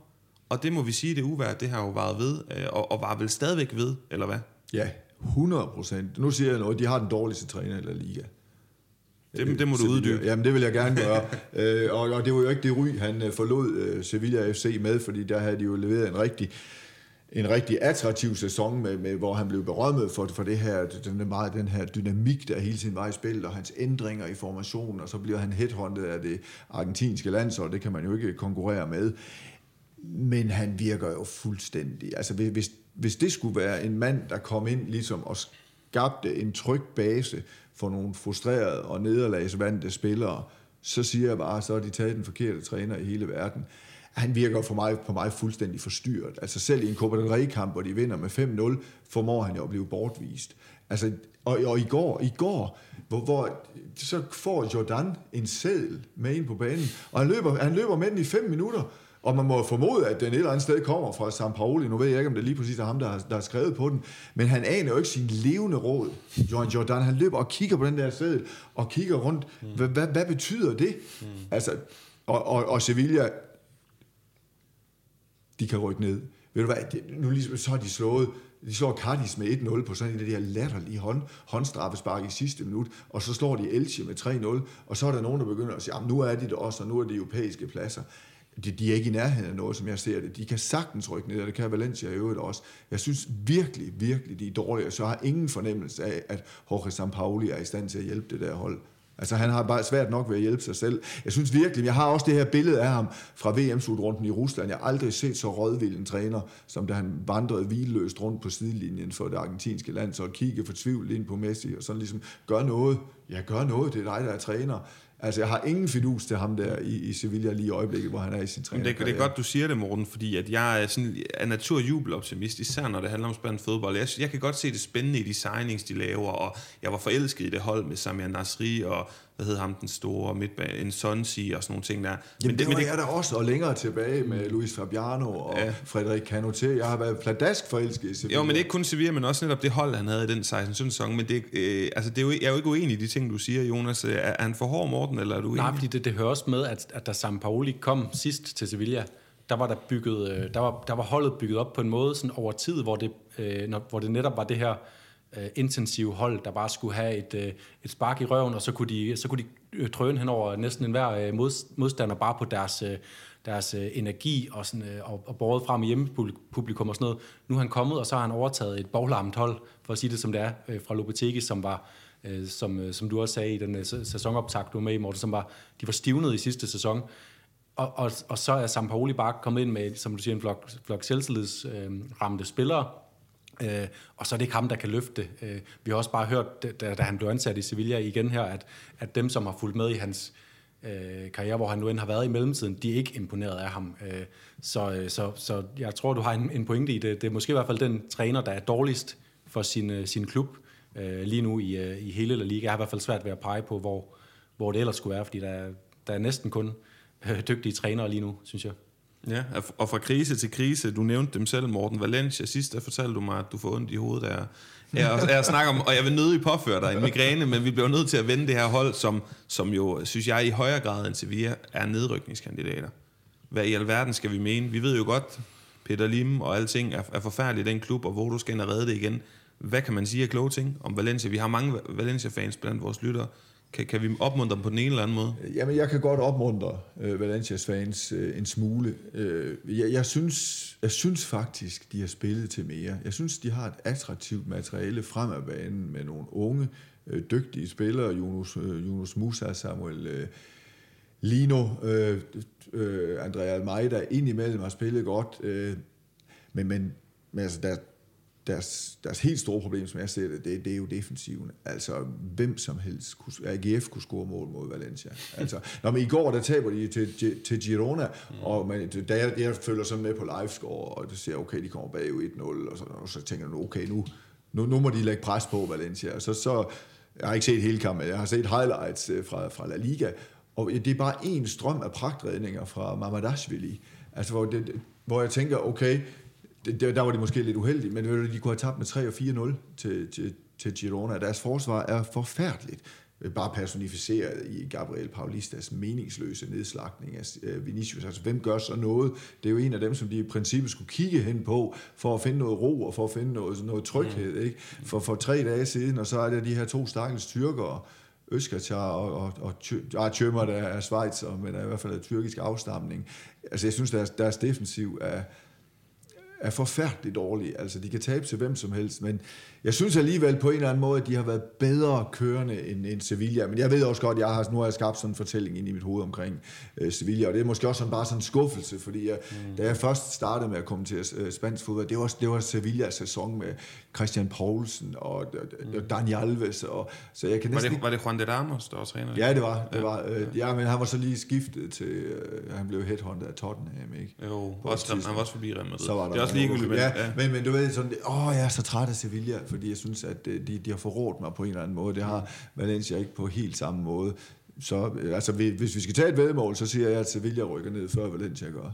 Og det må vi sige, det uvejr, det har jo varet ved, og var vel stadigvæk ved, eller hvad? Ja, 100%. Nu siger jeg noget, de har den dårligste træner i La Liga. Det må du uddybe. Jamen, det vil jeg gerne gøre. Og det var jo ikke det ry, han forlod Sevilla FC med, fordi der havde de jo leveret en rigtig attraktiv sæson, med, hvor han blev berømmet for det her, den her dynamik, der hele tiden var i spil, og hans ændringer i formationen, og så bliver han headhunted af det argentinske landshold, det kan man jo ikke konkurrere med. Men han virker jo fuldstændig. Altså, hvis det skulle være en mand, der kom ind ligesom og skabte en tryg base for nogle frustrerede og nederlagsvandte spillere, så siger jeg bare, så har de taget den forkerte træner i hele verden. Han virker på mig fuldstændig forstyrret. Altså selv i en Copa del Rey-kamp, hvor de vinder med 5-0, formår han jo at blive bortvist. Altså, og i går hvor så får Jordan en seddel med ind på banen, og han løber med den i 5 minutter, og man må formode, at den et eller andet sted kommer fra Sampaoli. Nu ved jeg ikke, om det lige præcis er ham, der har skrevet på den, men han aner jo ikke sin levende råd. Jordan, han løber og kigger på den der seddel, og kigger rundt. Hvad betyder det? Altså, og Sevilla, de kan rykke ned. Ved du hvad, nu ligesom, så har de slår Cadiz med 1-0 på sådan det der latterlige håndstraffespark i sidste minut, og så slår de Elche med 3-0, og så er der nogen, der begynder at sige, nu er de det også, og nu er det europæiske pladser. De er ikke i nærheden af noget, som jeg ser det. De kan sagtens rykke ned, og det kan Valencia i øvrigt også. Jeg synes virkelig, de er dårlige, så jeg har ingen fornemmelse af, at Jorge Sampaoli er i stand til at hjælpe det der hold. Altså, han har bare svært nok ved at hjælpe sig selv. Jeg synes virkelig, jeg har også det her billede af ham fra VM-slutrunden i Rusland. Jeg har aldrig set så rådvild en træner, som da han vandrede hvileløst rundt på sidelinjen for det argentinske land, så kiggede fortvivlet ind på Messi, og sådan ligesom, gør noget, det er dig, der er træner. Altså, jeg har ingen fidus til ham der i Sevilla lige i øjeblikket, hvor han er i sin trænerkarriere. Det er godt, du siger det, Morten, fordi at jeg er sådan af natur jubeloptimist, især når det handler om spændende fodbold. Jeg kan godt se det spændende i de signings, de laver, og jeg var forelsket i det hold med Samir Nasri og hvad hed ham den store midtbane, en Sonsi og sådan nogle ting der. Jamen det var jeg da også, og længere tilbage med Luis Fabiano og Frederic Canoté. Jeg har været pladask forelsket i Sevilla. Jo, men det er ikke kun Sevilla, men også netop det hold, han havde i den 16-sæson. Men det, altså det er jo, jeg er jo ikke uenig i de ting, du siger, Jonas. Er han for hård, Morten, eller er du uenig? Nej, fordi det hører også med, at da Sampaoli kom sidst til Sevilla, der var holdet bygget op på en måde sådan over tid, hvor det netop var det her intensive hold, der bare skulle have et spark i røven, og så kunne de trøne hen over næsten enhver modstander bare på deres energi og, sådan, og båret frem i hjemmepublikum og sådan noget. Nu er han kommet, og så har han overtaget et boglarmet hold, for at sige det som det er, fra Lopetegui, som var, som du også sagde i den sæsonoptakt, du var med i, Morten, de var stivnet i sidste sæson. Og så er Sampaoli bare kommet ind med, som du siger, en flok selvtillidsramte spillere, og så er det ikke ham, der kan løfte. Vi har også bare hørt, da han blev ansat i Sevilla igen her, at dem, som har fulgt med i hans karriere, hvor han nu end har været i mellemtiden, de er ikke imponeret af ham. Så jeg tror, du har en pointe i det. Det er måske i hvert fald den træner, der er dårligst for sin klub lige nu i hele La Liga. Jeg har i hvert fald svært ved at pege på, hvor det ellers skulle være, fordi der er næsten kun dygtige trænere lige nu, synes jeg. Ja, og fra krise til krise, du nævnte dem selv, Morten. Valencia, sidst der fortalte du mig, at du får ondt i hovedet af jeg snakker om, og jeg vil nødig påføre dig en migræne, men vi bliver nødt til at vende det her hold, som jo, synes jeg, i højere grad end Sevilla er nedrykningskandidater. Hvad i alverden skal vi mene? Vi ved jo godt, Peter Lim og alting er forfærdeligt i den klub, og hvor du skal ind og redde det igen. Hvad kan man sige af kloge ting om Valencia? Vi har mange Valencia-fans blandt vores lyttere. Kan vi opmuntre dem på den ene eller anden måde? Jamen, jeg kan godt opmuntre Valencias fans en smule. Jeg synes faktisk, de har spillet til mere. Jeg synes, de har et attraktivt materiale frem ad banen med nogle unge, dygtige spillere. Yunus Musa, Samuel Lino, Andrea Almeida indimellem har spillet godt. Men altså, deres helt store problem, som jeg ser det er jo defensiven. Altså, hvem som helst AGF kunne score mål mod Valencia. Altså, i går, der taber de til Girona, og jeg følger sådan med på livescore, og det siger, okay, de kommer bagud 1-0, og så tænker jeg, okay, nu må de lægge pres på Valencia. Og så jeg har ikke set hele kampen, jeg har set highlights fra La Liga, og det er bare en strøm af pragtredninger fra Mamardashvili, altså, hvor jeg tænker, okay, der var de måske lidt uheldige, men de kunne have tabt med 3 og 4-0 til Girona. Deres forsvar er forfærdeligt. bare personificeret i Gabriel Paulistas meningsløse nedslagning af Vinicius. Altså, hvem gør så noget? Det er jo en af dem, som de i princippet skulle kigge hen på, for at finde noget ro og for at finde noget tryghed. Ikke? For 3 dage siden, og så er der de her 2 stakkels tyrkere, Özkacar og Tjømmer, der er schweizer, men er i hvert fald af tyrkisk afstamning. Altså, jeg synes, deres defensiv er forfærdeligt dårlige. Altså, de kan tabe til hvem som helst, men jeg synes alligevel på en eller anden måde, at de har været bedre kørende end Sevilla. Men jeg ved også godt, at nu har jeg skabt sådan en fortælling ind i mit hoved omkring Sevilla, og det er måske også bare sådan en skuffelse, fordi da jeg først startede med at komme til spansk fodbold, det var Sevillas sæson med Christian Poulsen og Dani Alves. Så jeg kan næsten... Var det Juan de Ramos, der var træner? Ja, det var. Men han var så lige skiftet til... han blev headhunted af Tottenham, ikke? Jo, han var også forbi Real Madrid. Så var der det er også ligegyldigt. Men du ved sådan... jeg er så træt af Sevilla, fordi jeg synes, at de har forrådt mig på en eller anden måde. Det har Valencia ikke på helt samme måde. Så altså, hvis vi skal tage et væddemål, så siger jeg, at Sevilla rykker ned, før Valencia gør.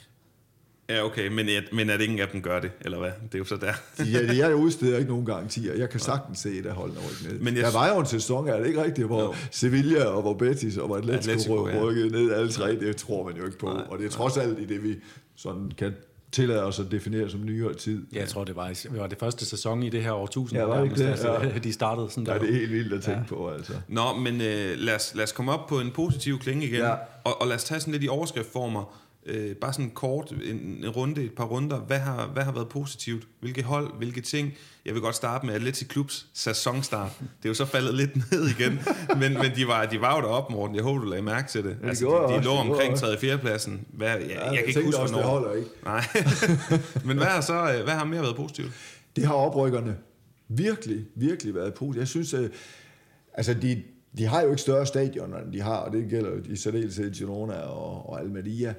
Ja, okay, men er det ingen af dem gør det, eller hvad? Det er jo så der. Jeg udsteder ikke nogen garantier. Jeg kan sagtens se et af holdene rykke ned. Men der var jo en sæson, er det ikke rigtigt, hvor Sevilla og hvor Betis og hvor Atletico rykkede ned alle 3. Det tror man jo ikke på. Og det er trods alt i det, vi sådan kan tillade os at definere som nyere tid. Ja, jeg tror, det var det første sæson i det her årtusind. Ja, var det ikke det? Ja. De startede sådan der. Ja, det er helt vildt at tænke på, altså. Nå, men lad os komme op på en positiv klinge igen, og lad os tage sådan lidt i overskriftformer. Bare sådan kort, en runde, et par runder. Hvad har været positivt? Hvilke hold, hvilke ting? Jeg vil godt starte med Atletico Klubs sæsonstart. Det er jo så faldet lidt ned igen, men de var jo deroppe, Morten. Jeg håber, du lagde mærke til det. Altså, de lå omkring 3. og 4. pladsen. Jeg kan ikke huske, hvornår. Det holder ikke. Nej. Men hvad har mere været positivt? Det har oprykkerne virkelig, virkelig været positivt. Jeg synes, altså de har jo ikke større stadioner, end de har, og det gælder i særdeleshed Girona og Almeria.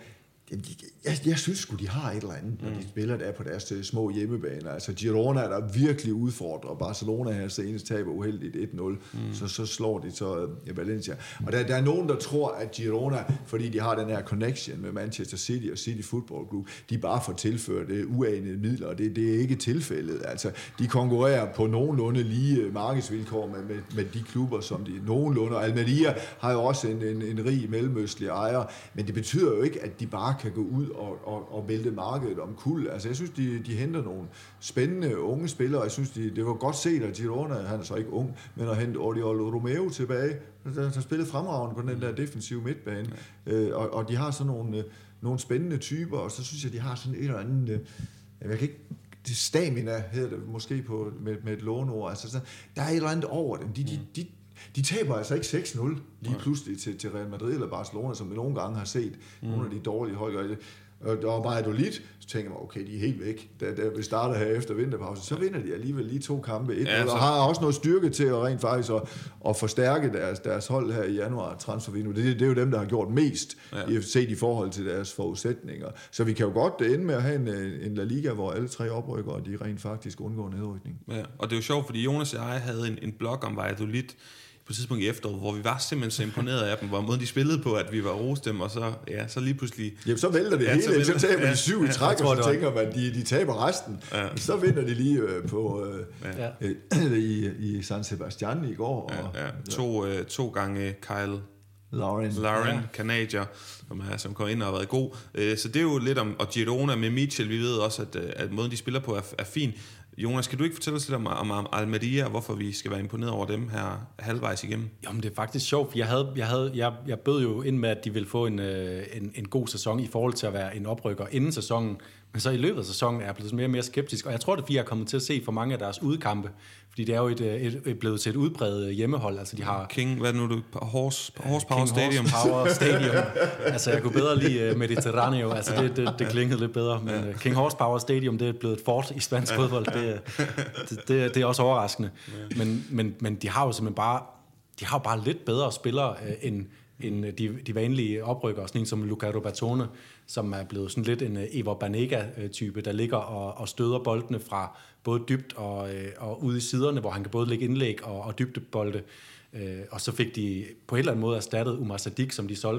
Jeg synes sgu, de har et eller andet, når de spiller der på deres små hjemmebaner. Altså Girona, der virkelig udfordrer Barcelona her senest, taber uheldigt 1-0, så slår de så Valencia. Og der er nogen, der tror, at Girona, fordi de har den her connection med Manchester City og City Football Group, de bare får tilført uanede midler, og det er ikke tilfældet. Altså, de konkurrerer på nogenlunde lige markedsvilkår med de klubber, som de nogenlunde. Og Almeria har jo også en rig mellemøstlig ejer, men det betyder jo ikke, at de bare kan gå ud og vælte markedet om kuld. Altså, jeg synes, de henter nogle spændende unge spillere. Jeg synes, det var godt set, at Girona, han er så ikke ung, men at hente Oriol Romeo tilbage, der spillede fremragende på den der defensive midtbane. Og de har sådan nogle spændende typer, og så synes jeg, de har sådan et eller andet... jeg kan ikke... Stamina hedder det måske med et låneord. Altså, der er et eller andet over dem. De taber altså ikke 6-0 lige pludselig til Real Madrid eller Barcelona, som vi nogle gange har set nogle af de dårlige hold. Og der var bare Valladolid, så tænker man, okay, de er helt væk. Da vi starter her efter vinterpause, så vinder de alligevel lige 2 kampe. Og har også noget styrke til at rent faktisk at forstærke deres hold her i januar transfervindue. Det er jo dem, der har gjort mest, set i forhold til deres forudsætninger. Så vi kan jo godt ende med at have en La Liga, hvor alle 3 oprykker, og de rent faktisk undgår nedrykning. Ja, og det er jo sjovt, fordi Jonas og jeg havde en blog om Valladolid på et tidspunkt i efteråret, hvor vi var simpelthen så imponeret af dem, hvor måden de spillede på, at vi var rost dem, og så lige pludselig... Jamen, så vælter det hele, så taber de 7 i træk, og så tænker man, de taber resten. Ja. Så vinder de lige på i San Sebastian i går. Og, 2 gange Kyle Lauren, kanadier, som kommer ind og har været god. Så det er jo lidt om, og Girona med Mitchell, vi ved også, at måden de spiller på er fin. Jonas, kan du ikke fortælle os lidt om Almeria, og hvorfor vi skal være imponeret over dem her halvvejs igennem? Jamen, det er faktisk sjovt. Jeg bød jo ind med, at de ville få en god sæson i forhold til at være en oprykker inden sæsonen. Men så i løbet af sæsonen er jeg blevet mere og mere skeptisk, og jeg tror, det er, fordi jeg er kommet til at se for mange af deres udkampe, fordi det er jo blevet til et udbredt hjemmehold. Altså, de har King, hvad er det nu? Horsepower Stadium. Horsepower Stadium. Altså, jeg kunne bedre lide Mediterraneo. Altså, det klingede lidt bedre. Men King Horsepower Stadium, det er blevet et fort i spansk fodbold. Det er også overraskende. Men de har jo simpelthen bare lidt bedre spillere end de vanlige oprykkere, sådan en som Luca Robertone, som er blevet sådan lidt en Ever Banega-type, der ligger og støder boldene fra både dybt og ude i siderne, hvor han kan både lægge indlæg og dybdebolde. Og så fik de på en eller anden måde erstattet Umar Sadiq, som de solgte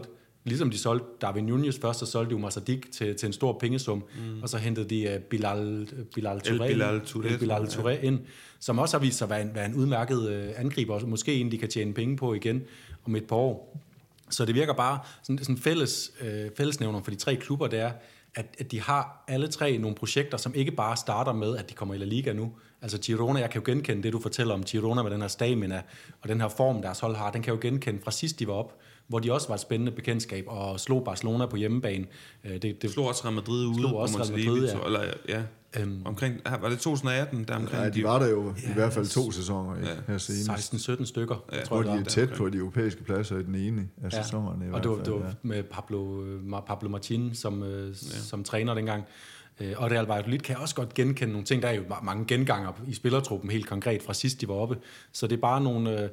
Ligesom de solgte Darwin Núñez først, så solgte de Umar Sadiq til en stor pengesum, og så hentede de Bilal Touré ind, som også har vist sig at være en udmærket angriber, og måske en, de kan tjene penge på igen om et par år. Så det virker bare sådan fællesnævner for de tre klubber, det er, at de har alle tre nogle projekter, som ikke bare starter med, at de kommer i La Liga nu. Altså Girona, jeg kan jo genkende det, du fortæller om Girona med den her stamina, og den her form, deres hold har, den kan jeg jo genkende fra sidst de var op, hvor de også var et spændende bekendtskab, og slog Barcelona på hjemmebane. Det slog også Real Madrid ude på Montilivi, omkring, var det 2018? Der omkring, ja, de var der jo i hvert fald 2 sæsoner her senest. 16-17 stykker. Ja, tror de er tæt på de europæiske pladser i den ene af sæsonerne. Og det var med Pablo Martin som træner dengang. Og Real Valladolid kan også godt genkende nogle ting. Der er jo mange genganger i spillertruppen helt konkret fra sidst de var oppe. Så det er bare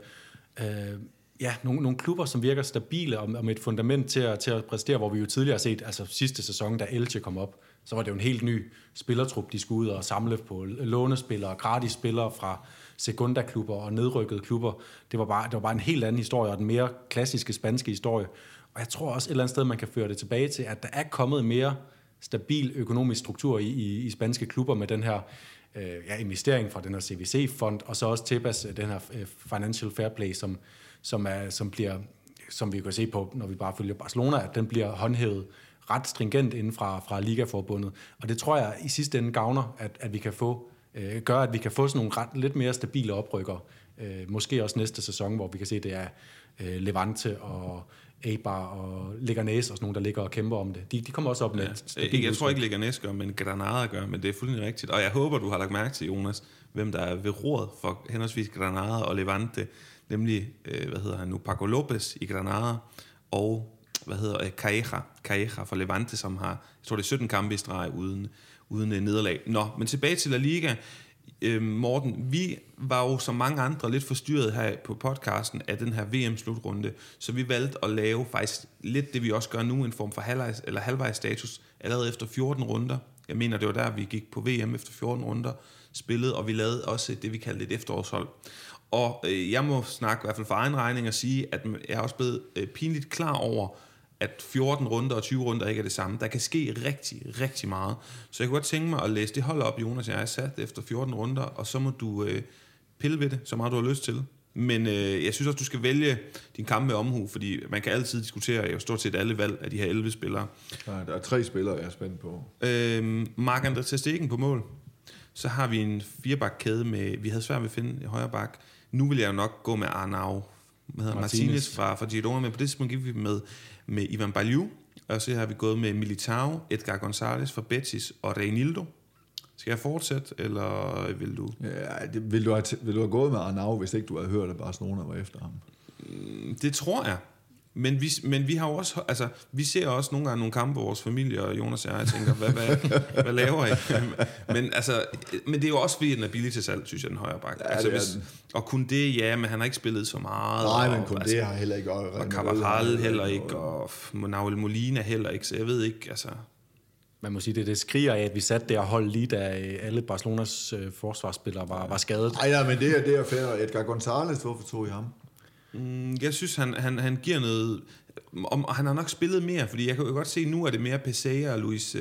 nogle klubber, som virker stabile og med et fundament til at præstere, hvor vi jo tidligere har set, altså sidste sæson, da Elche kom op, så var det jo en helt ny spillertrup, de skulle ud og samle på lånespillere, gratis spillere fra Segunda-klubber og nedrykkede klubber. Det var bare en helt anden historie, og den mere klassiske spanske historie. Og jeg tror også et eller andet sted, man kan føre det tilbage til, at der er kommet mere stabil økonomisk struktur i spanske klubber med den her investering fra den her CVC-fond, og så også Tebas, den her Financial Fair Play, som vi kan se på, når vi bare følger Barcelona, at den bliver håndhævet ret stringent inden fra Ligaforbundet. Og det tror jeg i sidste ende gavner, at vi kan få, gør, at vi kan få sådan nogle lidt mere stabile oprykker. Måske også næste sæson, hvor vi kan se, det er Levante og Eibar og Leganés og sådan nogle, der ligger og kæmper om det. De kommer også op med jeg tror ikke Leganés gør, men Granada gør, men det er fuldstændig rigtigt. Og jeg håber, du har lagt mærke til, Jonas, hvem der er ved roret for henholdsvis Granada og Levante, nemlig, Paco Lopez i Granada, og Calleja for Levante, som har, jeg tror det er 17 kampe i streg uden nederlag. Nå, men tilbage til La Liga. Morten, vi var jo som mange andre lidt forstyrret her på podcasten af den her VM-slutrunde, så vi valgte at lave faktisk lidt det, vi også gør nu, en form for halvvejsstatus allerede efter 14 runder. Jeg mener, det var der, vi gik på VM efter 14 runder spillet, og vi lavede også det, vi kaldte et efterårshold. Og jeg må snakke i hvert fald for egen regning og sige, at jeg er også blevet pinligt klar over, at 14 runder og 20 runder ikke er det samme. Der kan ske rigtig, rigtig meget. Så jeg kunne godt tænke mig at læse det hold op, Jonas, jeg har sat efter 14 runder, og så må du pille ved det, så meget du har lyst til. Men jeg synes også, du skal vælge din kamp med omhu, fordi man kan altid diskutere stort set alle valg af de her 11 spillere. Ja, der er 3 spillere, jeg er spændt på. Marc-André ter Stegen på mål. Så har vi en 4-bakkæde med, vi havde svært ved at finde i højre bak. Nu vil jeg jo nok gå med Arnau Martinez fra Girona, men på det tidspunkt gik vi med Ivan Baliu, og så har vi gået med Militao, Edgar González fra Betis og Reinildo. Skal jeg fortsætte, eller vil du? Ja, vil du have gået med Arnau, hvis ikke du havde hørt, at Barcelona var efter ham? Det tror jeg. Men vi har jo også, altså, vi ser også nogle gange nogle kampe, hvor vores familie og Jonas og jeg tænker, hvad laver I? Men det er jo også fordi, den er billig til salg, synes jeg, den højre bak. Ja, altså, og kun det, ja, men han har ikke spillet så meget. Nej, men kun det har heller ikke. Og Carvajal heller ikke, og Nahuel Molina heller ikke, så jeg ved ikke, altså. Man må sige, det skriger af, at vi satte det og hold lige, da alle Barcelonas forsvarsspillere var skadet. Nej, men det er fair. Edgar González, hvorfor tog I ham? Jeg synes, han giver noget. Og han har nok spillet mere, fordi jeg kan jo godt se, nu er det mere Pesea og Luis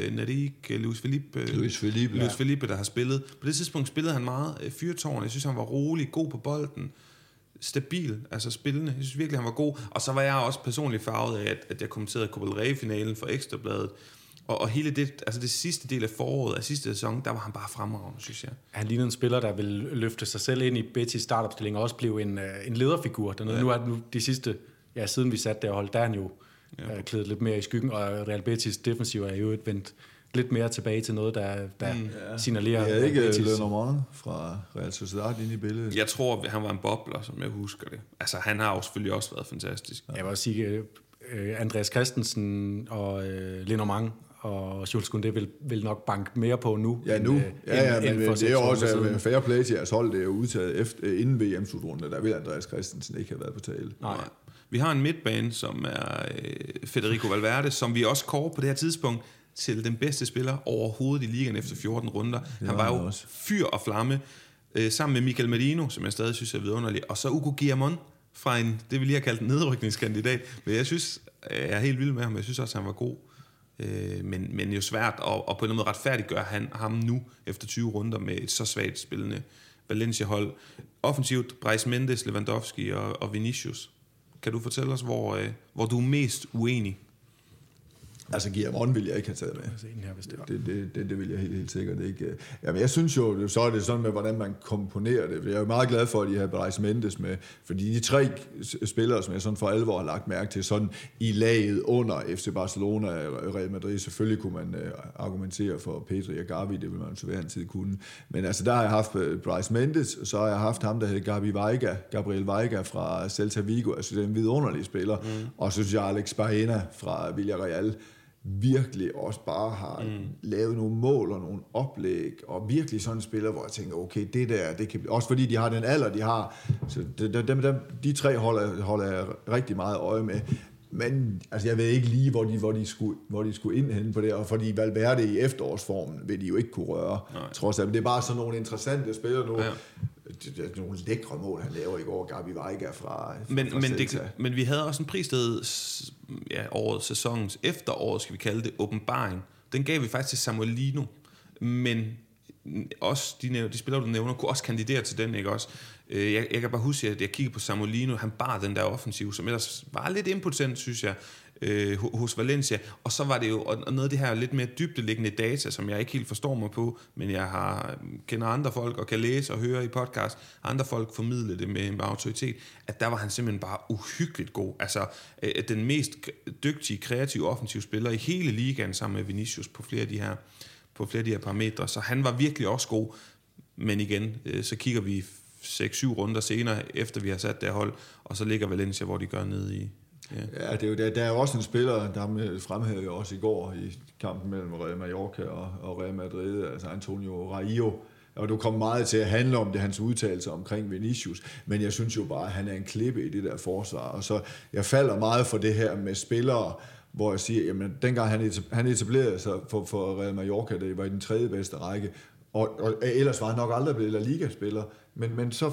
Felipe, der har spillet. På det tidspunkt spillede han meget fyrtårn. Jeg synes, han var rolig, god på bolden, stabil, altså spillende. Jeg synes virkelig, han var god. Og så var jeg også personligt farvet af, at jeg kommenterede Copa del Rey-finalen for Ekstrabladet. Og hele det, altså det sidste del af foråret, af sidste sæson, der var han bare fremragende, synes jeg. Han lignede en spiller, der ville løfte sig selv ind i Betis startopstilling, og også blev en lederfigur. Nu er de sidste, siden vi satte det hold, der er han jo klædet lidt mere i skyggen, og Real Betis defensiv er jo vendt lidt mere tilbage til noget, der signalerer. Det er ikke Lenormand fra Real Sociedad inde i billedet. Jeg tror, han var en bobler, som jeg husker det. Altså, han har jo selvfølgelig også været fantastisk. Jeg vil også sige, Andreas Christensen og Lenormand og Jules Koundé vil nok banke mere på nu. Ja, nu. Men det er jo også fair play til jeres hold, det er jo udtaget inden VM-slutrunde, der vil Andreas Christensen ikke have været på tale. Nej. Vi har en midtbane, som er Federico Valverde, som vi også kårer på det her tidspunkt til den bedste spiller overhovedet i ligaen efter 14 runder. Han var jo også fyr og flamme, sammen med Mikel Merino, som jeg stadig synes er vidunderlig, og så Hugo Guillamón fra det vi lige har kaldt en nedrykningskandidat. Men jeg synes, jeg er helt vild med ham. Jeg synes også, han var god. Men jo svært at på en eller anden måde retfærdiggøre ham nu, efter 20 runder med et så svagt spillende Valencia-hold. Offensivt, Brais Mendes, Lewandowski og Vinicius. Kan du fortælle os, hvor du er mest uenig? Altså Guillamon vil jeg ikke have taget med. Det vil jeg helt sikkert ikke. Jamen jeg synes jo, så er det sådan med, hvordan man komponerer det. Jeg er jo meget glad for, at de har Brais Mendes med, fordi de 3 spillere, som jeg sådan for alvor har lagt mærke til, sådan i laget under FC Barcelona og Real Madrid, selvfølgelig kunne man argumentere for Pedri og Gavi, det vil man så hver en tid kunne. Men altså der har jeg haft Brais Mendes, så har jeg haft ham, der hedder Gabriel Veiga fra Celta Vigo, altså det er en vidunderlig spiller. Og så synes jeg Alex Baena fra Villarreal virkelig også bare har lavet nogle mål og nogle oplæg, og virkelig sådan en spiller, hvor jeg tænker, okay, det kan blive, også fordi de har den alder, de har, så de 3 holder jeg rigtig meget øje med. Men altså, jeg ved ikke lige, hvor de skulle ind henne på det, og fordi Valverde i efterårsformen vil de jo ikke kunne røre, trods alt. Men det er bare sådan nogle interessante spillere nu. Ja. Nogle lækre mål, han laver i går, Gabi Veiga fra men vi havde også en prissted året, sæsonens efteråret, skal vi kalde det, åbenbaring. Den gav vi faktisk til Samuelino, men også de spillere, du nævner, kunne også kandidere til den, ikke også? Jeg kan bare huske, at jeg kiggede på Samuelino, han bar den der offensiv, som ellers var lidt impotent, synes jeg, hos Valencia. Og så var det jo noget af det her lidt mere dybdeliggende data, som jeg ikke helt forstår mig på, men jeg kender andre folk og kan læse og høre i podcast, andre folk formidle det med autoritet, at der var han simpelthen bare uhyggeligt god. Altså den mest dygtige, kreative offensive spiller i hele ligaen sammen med Vinicius på flere af de her parametre. Så han var virkelig også god. Men igen, så kigger vi 6-7 runder senere, efter vi har sat det hold, og så ligger Valencia, hvor de gør nede i. Ja, det er jo, der er jo også en spiller, der fremhævede jo også i går i kampen mellem Real Mallorca og Real Madrid, altså Antonio Raillo. Og du kom meget til at handle om det, hans udtalelser omkring Vinicius, men jeg synes jo bare, at han er en klippe i det der forsvar. Og så jeg falder meget for det her med spillere, hvor jeg siger, jamen dengang han etablerede sig for Real Mallorca, det var i den 3. bedste række, og ellers var han nok aldrig blevet La Liga-spiller, men så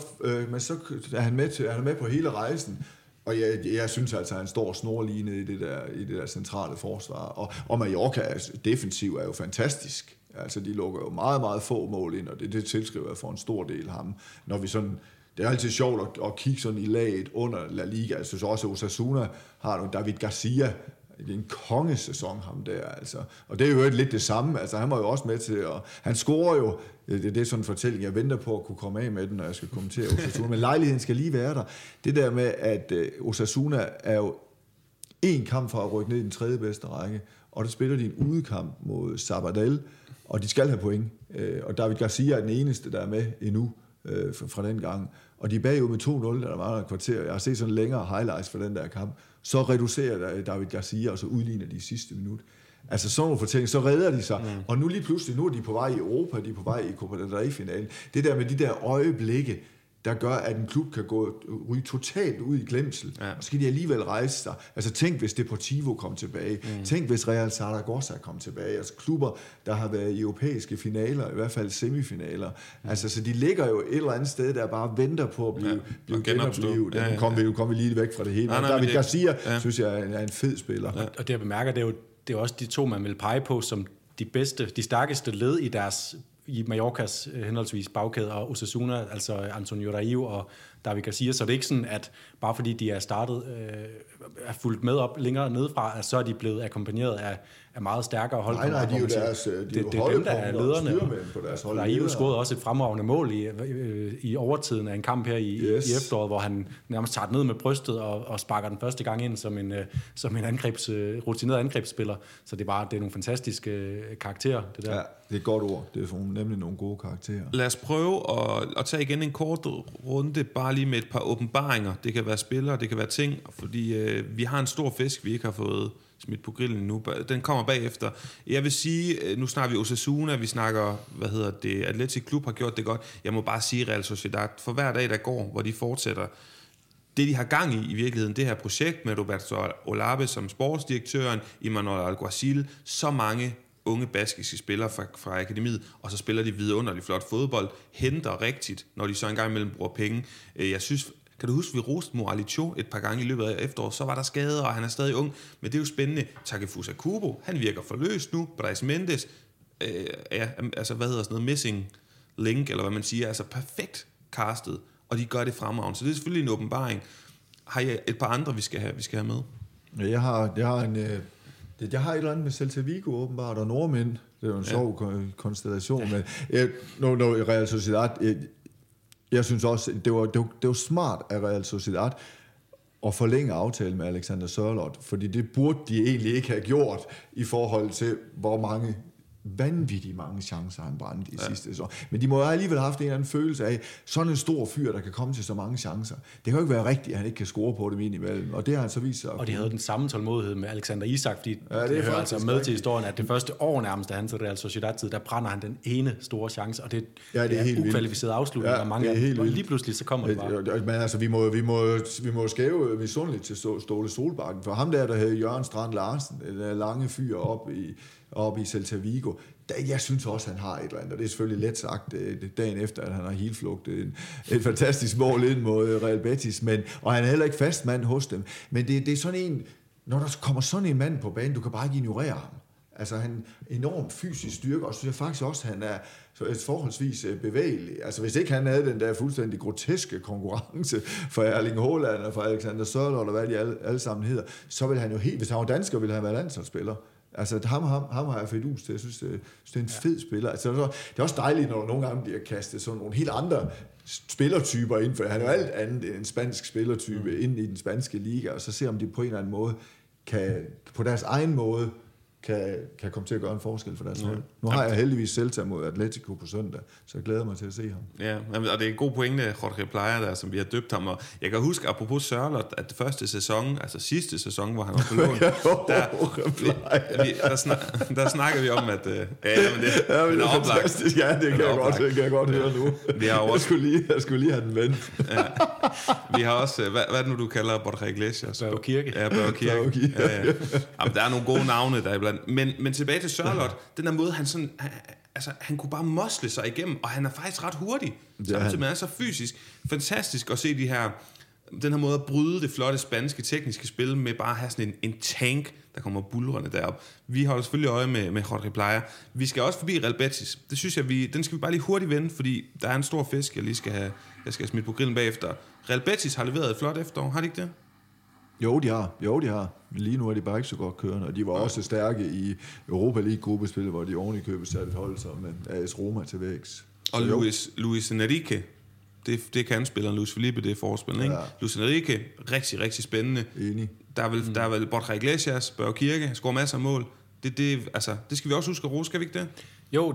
er han med på hele rejsen. Og jeg synes altså, at han står snorlignende i det der centrale forsvar. Og Mallorcas defensiv er jo fantastisk. Altså, de lukker jo meget, meget få mål ind, og det tilskriver jeg for en stor del ham. Når vi sådan, det er altid sjovt at kigge sådan i laget under La Liga. Jeg synes også, at Osasuna har nogle David Garcia. Det er en kongesæson, ham der, altså. Og det er jo lidt det samme. Altså, han var jo også med til at... Han scorer jo... Det er sådan en fortælling, jeg venter på at kunne komme af med den, når jeg skal kommentere Osasuna. Men lejligheden skal lige være der. Det der med, at Osasuna er jo en kamp fra at rykke ned i den 3. bedste række, og der spiller de en udekamp mod Sabadell, og de skal have point. Og David Garcia er den eneste, der er med endnu fra den gang. Og de er bagud med 2-0, der var et kvarter. Jeg har set sådan længere highlights for den der kamp. Så reducerer David Garcia, og så udligner de sidste minut. Altså sådan nogle fortællinger, så redder de sig. Og nu lige pludselig, nu er de på vej i Europa, de er på vej i Copa del Rey-finalen. Det der med de der øjeblikke, der gør, at en klub kan ryge totalt ud i glemsel. Ja. Og så kan de alligevel rejse sig. Altså tænk, hvis Deportivo kom tilbage. Tænk, hvis Real Zaragoza kom tilbage. Altså klubber, der har været i europæiske finaler, i hvert fald semifinaler. Altså, så de ligger jo et eller andet sted, der bare venter på at blive genoplevet. Nu kom vi lige væk fra det hele. Men David Garcia, synes jeg, er en fed spiller. Ja. Og det jeg bemærker, det er jo også de 2, man vil pege på som de stærkeste led i Mallorcas henholdsvis bagkæde og Osasuna, altså Antonio Raillo og David Garcia, så det er ikke sådan, at bare fordi de er startet, er fulgt med op længere nedefra, så er de blevet akkompagneret af meget stærkere hold. Nej, de er jo deres det er dem, der er lederne. Raillo scorede også et fremragende mål i overtiden af en kamp her i efteråret, hvor han nærmest tager ned med brystet og sparker den første gang ind som en rutineret angrebsspiller. Så det er nogle fantastiske karakterer, det der. Ja, det er et godt ord. Det er nemlig nogle gode karakterer. Lad os prøve at tage igen en kort runde, bare lige med et par åbenbaringer. Det kan være spillere, det kan være ting, fordi vi har en stor fisk, vi ikke har fået smidt på grillen nu. Den kommer bagefter. Jeg vil sige, nu snakker vi Osasuna, vi snakker, Athletic Klub har gjort det godt. Jeg må bare sige Real Sociedad, for hver dag, der går, hvor de fortsætter, det de har gang i virkeligheden, det her projekt med Roberto Olabe som sportsdirektøren, Imanol Alguacil, så mange unge baskiske spillere fra akademiet, og så spiller de vidunderligt flot fodbold, henter rigtigt, når de så engang imellem bruger penge. Jeg synes, Kan du huske, vi roste Moralicho et par gange i løbet af efteråret, så var der skader, og han er stadig ung, men det er jo spændende. Takefusa Kubo, han virker forløst nu. Brais Mendes, altså hvad hedder sådan noget, missing link, eller hvad man siger, altså perfekt castet, og de gør det fremragende. Så det er selvfølgelig en åbenbaring. Har I et par andre, vi skal have med? Ja, jeg har et eller andet med Celta Vigo åbenbart, og nordmænd. Det er jo en sjov konstellation, men når Real Sociedad, jeg synes også, det var smart af Real Sociedad at forlænge aftalen med Alexander Sørloth, fordi det burde de egentlig ikke have gjort i forhold til, hvor vanvittigt mange chancer han brændte i sidste sæson. Men de må jo alligevel have haft en eller anden følelse af, sådan en stor fyr, der kan komme til så mange chancer. Det kan jo ikke være rigtigt, at han ikke kan score på dem indimellem, og det har han så vist sig. Og de havde den samme tålmodighed med Alexander Isak, fordi det hører altså med til historien, at det første år nærmest, da han til Real Sociedad-tid, der brænder han den ene store chance, og det er en ukvalificeret afslutning, og mange og lige pludselig så kommer det bare. Men altså, vi må skæve misundeligt til Ståle Solbakken, for ham der hed Jørgen Strand Larsen, den lange fyr op i Celta Vigo. Jeg synes også, han har et eller andet, og det er selvfølgelig let sagt dagen efter, at han har hilflugtet et fantastisk mål ind mod Real Betis, og han er heller ikke fast mand hos dem. Men det er sådan en, når der kommer sådan en mand på banen, du kan bare ikke ignorere ham. Altså han er enormt fysisk styrke, og så synes jeg faktisk også, at han er forholdsvis bevægelig. Altså hvis ikke han havde den der fuldstændig groteske konkurrence for Erling Haaland og for Alexander Sørloth, og hvad de alle sammen hedder, så vil han jo helt, hvis han var dansker, ville han være landsholdsspiller. Altså ham har jeg fedus til. Jeg synes, det er en fed spiller. Altså, det er også dejligt, når der nogle gange bliver kastet sådan nogle helt andre spillertyper ind, for han er jo alt andet end en spansk spillertype ind i den spanske liga, og så ser om de på en eller anden måde på deres egen måde kan komme til at gøre en forskel for deres hold. Nu har jeg heldigvis Celta mod Atletico på søndag, så jeg glæder mig til at se ham. Ja, og det er en god pointe, Jorge Playa, der, som vi har døbt ham. Og jeg kan huske, apropos Sørloth, at det første sæson, altså sidste sæson, hvor han var på lån, der snakker vi om, at det er fantastisk. Ja, det kan jeg godt høre nu. Jeg skulle lige have den vendt. Ja. Vi har også, hvad er det nu, du kalder Borja Iglesias? Børge Kirke. Ja, Børge Kirke. Ja. Jamen, der er nogle gode navne der iblandt. Men tilbage til Sørloth, den der måde, han kunne bare mosle sig igennem, og han er faktisk ret hurtig, samtidig med, han er så fysisk. Fantastisk at se den her måde at bryde det flotte spanske tekniske spil med bare at have sådan en tank, der kommer bulrende derop. Vi holder selvfølgelig øje med Jorge Playa. Vi skal også forbi Real Betis. Det synes jeg, den skal vi bare lige hurtigt vende, fordi der er en stor fisk, jeg skal have smidt på grillen bagefter. Real Betis har leveret et flot efterår, har de ikke det? Jo, de har. Men lige nu er de bare ikke så godt kørende, og de var også stærke i Europa League-gruppespil, hvor de oven i købet satte et hold som AS Roma til vægs. Og Luis Enrique, det kan spilleren Luis Felipe, det er forspilleren, ikke? Luis Enrique, rigtig, rigtig spændende. Enig. Der er vel Borja Iglesias, Børge Kirke, scorer masser af mål. Det skal vi også huske at rose, skal vi ikke det? Jo,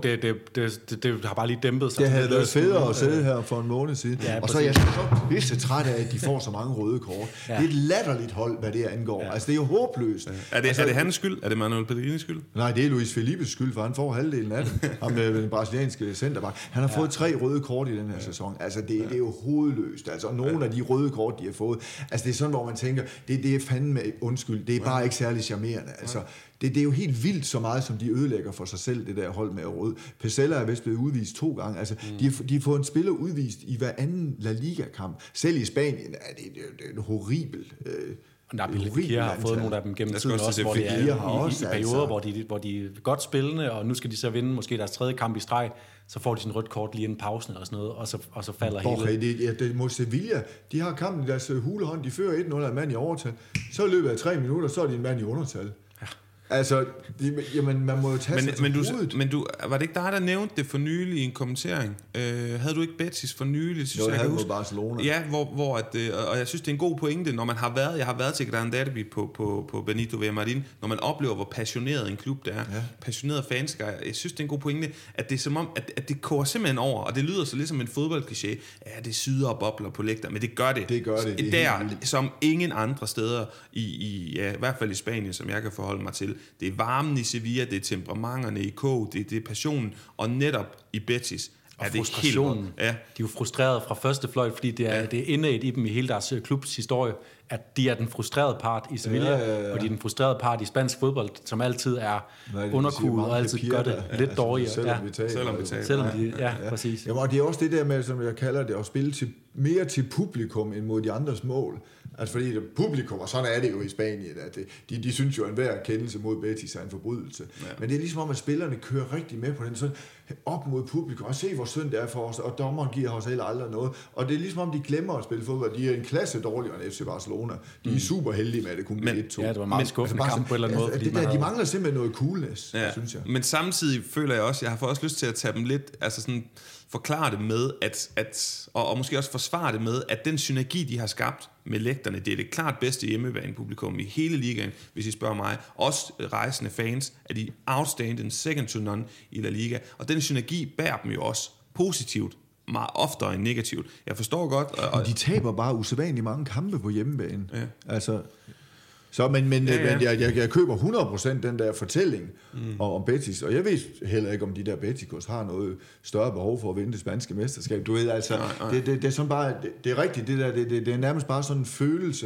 det har bare lige dæmpet sig. Det havde været federe at sidde her for en måned siden. Ja, og så er jeg så træt af, at de får så mange røde kort. Ja. Det er et latterligt hold, hvad det angår. Ja. Altså, det er jo håbløst. Ja. Er det hans skyld? Er det Manuel Pellegrinis skyld? Nej, det er Luis Felipes skyld, for han får halvdelen af det. Ham med den brasilianske centerback. Han har fået 3 røde kort i den her sæson. Altså, det er jo hovedløst. Altså, nogle af de røde kort, de har fået. Altså, det er sådan, hvor man tænker, det er fandme undskyld. Det er bare ikke særlig charmerende. Altså, det er jo helt vildt så meget, som de ødelægger for sig selv, det der hold med rød. Pesella er vist blevet udvist 2 gange. Altså, de har fået en spiller udvist i hver anden La Liga-kamp. Selv i Spanien er det horribelt. Nabil Fekir har fået nogle af dem gennem tiden også, hvor det er i perioder, hvor de er godt spillende, og nu skal de så vinde måske deres 3. kamp i streg, så får de sådan rødt kort lige inden pausen og sådan noget, og så falder hele... Det mod Sevilla, de har kampen i deres hulehånd, de fører 1-0 af en mand i overtal. Så i løbet af 3 minutter, så er de en mand i undertal. Altså, jamen, man må jo tage sig til hovedet. Men var det ikke dig, der nævnte det for nylig i en kommentering? Havde du ikke Betis for nylig? Jo, jeg havde mod Barcelona. Ja, og jeg synes, det er en god pointe, når man har været... Jeg har været til Gran Derby på Benito Villamarín, når man oplever, hvor passioneret en klub det er. Ja. Passioneret fanskare. Jeg synes, det er en god pointe, at det er som om, at det koger simpelthen over, og det lyder så lidt som en fodboldkliché. Ja, det syder og bobler på lægter, men det gør det. Det gør det. Der, som ingen andre steder, i hvert fald i Spanien, som jeg kan forholde mig til. Det er varmen i Sevilla, det er temperamenterne i KOG, det er passionen, og netop i Betis Og frustrationen. De er jo frustrerede fra første fløjt, fordi det er indædt i dem i hele deres klubs historie, at de er den frustrerede part i Sevilla, og de er den frustrerede part i spansk fodbold, som altid er underkuget og altid gør det lidt dårligere. Selvom vi taber. Selvom de, præcis. Ja, og det er også det der med, som jeg kalder det, at spille mere til publikum end mod de andres mål. Altså fordi publikum, og sådan er det jo i Spanien, at de synes jo, at enhver kendelse mod Betis er en forbrydelse. Ja. Men det er ligesom om, at spillerne kører rigtig med på den, så op mod publikum, og se hvor synd det er for os, og dommeren giver os heller aldrig noget. Og det er ligesom om, de glemmer at spille fodbold. De er en klasse dårligere end FC Barcelona. De er super heldige med, at det kun bliver 1-2. Ja, det var meget skuffende kamp på en eller anden måde. De mangler simpelthen noget coolness, synes jeg. Men samtidig føler jeg også, jeg har også lyst til at tage dem lidt, altså sådan forklare det med, og måske også forsvare det med, at den synergi, de har skabt med lægterne, det er det klart bedste hjemmebanepublikum i hele ligaen, hvis I spørger mig. Også rejsende fans er de outstanding second to none i La Liga, og den synergi bærer dem jo også positivt, meget oftere end negativt. Jeg forstår godt. Og de taber bare usædvanligt mange kampe på hjemmebane. Ja. Altså... Så, men jeg køber 100% den der fortælling om Betis, og jeg ved heller ikke, om de der Beticos har noget større behov for at vinde det spanske mesterskab. Du ved, altså, det er sådan bare, det er rigtigt, det er nærmest bare sådan en følelse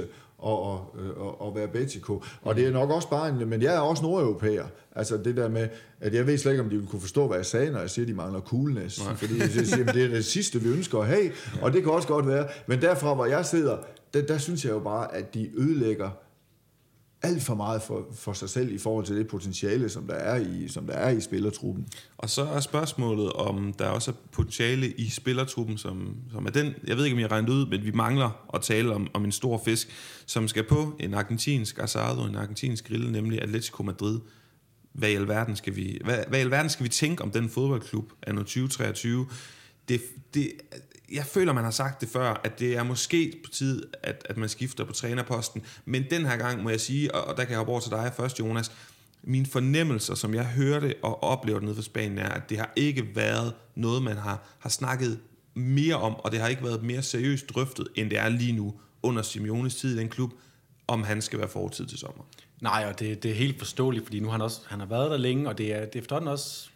at være Betico. Og det er nok også bare men jeg er også nordeuropæer. Altså det der med, at jeg ved slet ikke, om de vil kunne forstå, hvad jeg sagde, når jeg siger, at de mangler coolness. Nej. Fordi jeg siger, det er det sidste, vi ønsker at have, og det kan også godt være. Men derfra, hvor jeg sidder, der synes jeg jo bare, at de ødelægger alt for meget for sig selv i forhold til det potentiale, som der er i spillertruppen. Og så er spørgsmålet, om der også er potentiale i spillertruppen, som er den, jeg ved ikke, om jeg regner ud, men vi mangler at tale om en stor fisk, som skal på en argentinsk asado, en argentinsk grill, nemlig Atletico Madrid. Hvad i alverden skal vi tænke om den fodboldklub anno 2023? Jeg føler, man har sagt det før, at det er måske på tide, at man skifter på trænerposten. Men den her gang må jeg sige, og der kan jeg hoppe over til dig først, Jonas, mine fornemmelser, som jeg hørte og oplever nede for Spanien, er, at det har ikke været noget, man har snakket mere om, og det har ikke været mere seriøst drøftet, end det er lige nu under Simeones tid i den klub, om han skal være fortid til sommer. Nej, og det er helt forståeligt, fordi nu han har været der længe, og det er efterhånden også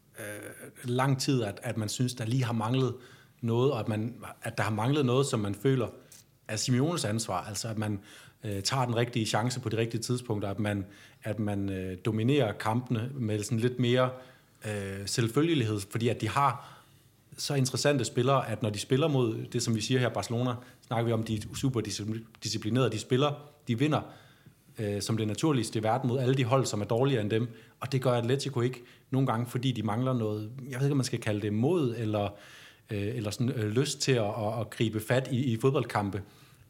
lang tid, at man synes, der lige har manglet noget, og at der har manglet noget, som man føler er Simeones ansvar, altså at man tager den rigtige chance på de rigtige tidspunkter, at man dominerer kampene med sådan lidt mere selvfølgelighed, fordi at de har så interessante spillere, at når de spiller mod det, som vi siger her, Barcelona, snakker vi om, de er super disciplinerede, de spiller, de vinder som det naturligste i verden mod alle de hold, som er dårligere end dem, og det gør Atletico ikke nogle gange, fordi de mangler noget, jeg ved ikke, om man skal kalde det mod, eller sådan lyst til at gribe fat i fodboldkampe.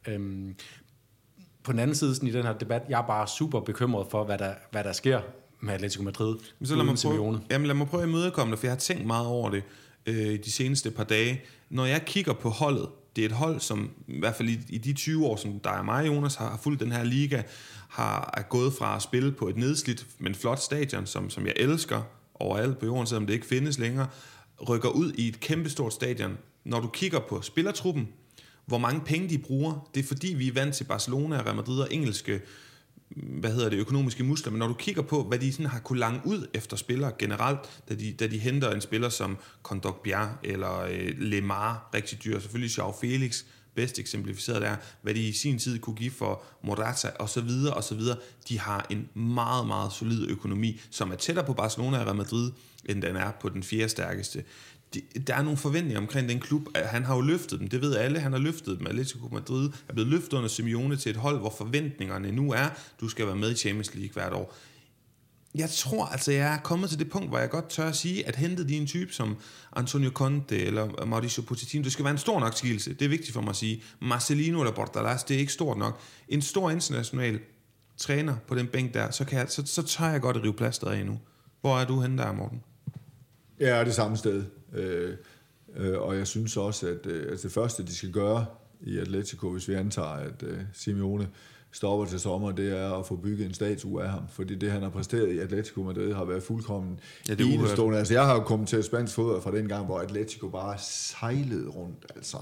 På den anden side sådan i den her debat, jeg er bare super bekymret for, hvad der sker med Atletico Madrid. Men så lad mig prøve at imødekomme det, for jeg har tænkt meget over det de seneste par dage. Når jeg kigger på holdet, det er et hold, som i hvert fald i de 20 år, som der er mig, Jonas, har fulgt den her liga, er gået fra at spille på et nedslidt, men flot stadion, som jeg elsker overalt på jorden, selvom det ikke findes længere, rykker ud i et kæmpestort stadion. Når du kigger på spillertruppen, hvor mange penge de bruger, det er fordi, vi er vant til Barcelona, Real Madrid og engelske økonomiske muskler, men når du kigger på, hvad de sådan har kunne lange ud efter spillere generelt, da de henter en spiller som Kondogbia eller Lemar, rigtig dyr, selvfølgelig Joao Felix, bedst eksemplificeret der, hvad de i sin tid kunne give for Morata og så videre. De har en meget, meget solid økonomi, som er tættere på Barcelona og Real Madrid, end den er på den fjerde stærkeste. Der er nogle forventninger omkring den klub. Han har jo løftet dem, det ved alle. Han har løftet dem. Atletico Madrid er blevet løftet under Simeone til et hold, hvor forventningerne nu er, du skal være med i Champions League hvert år. Jeg tror altså, jeg er kommet til det punkt, hvor jeg godt tør at sige, at hentede de en type som Antonio Conte eller Mauricio Pochettino, det skal være en stor nok skikkelse. Det er vigtigt for mig at sige. Marcelino eller Bordalas, det er ikke stort nok. En stor international træner på den bænk der, så tør jeg godt at rive plasteret af nu. Hvor er du henne der, Morten? Jeg er det samme sted. Og jeg synes også, at det første, de skal gøre i Atletico, hvis vi antager, at Simeone stopper til sommer, det er at få bygget en statue af ham. Fordi det, han har præsteret i Atletico Madrid, har været fuldkommen enestående. Altså, jeg har jo kommet til spansk fodbold fra den gang, hvor Atletico bare sejlede rundt. Altså,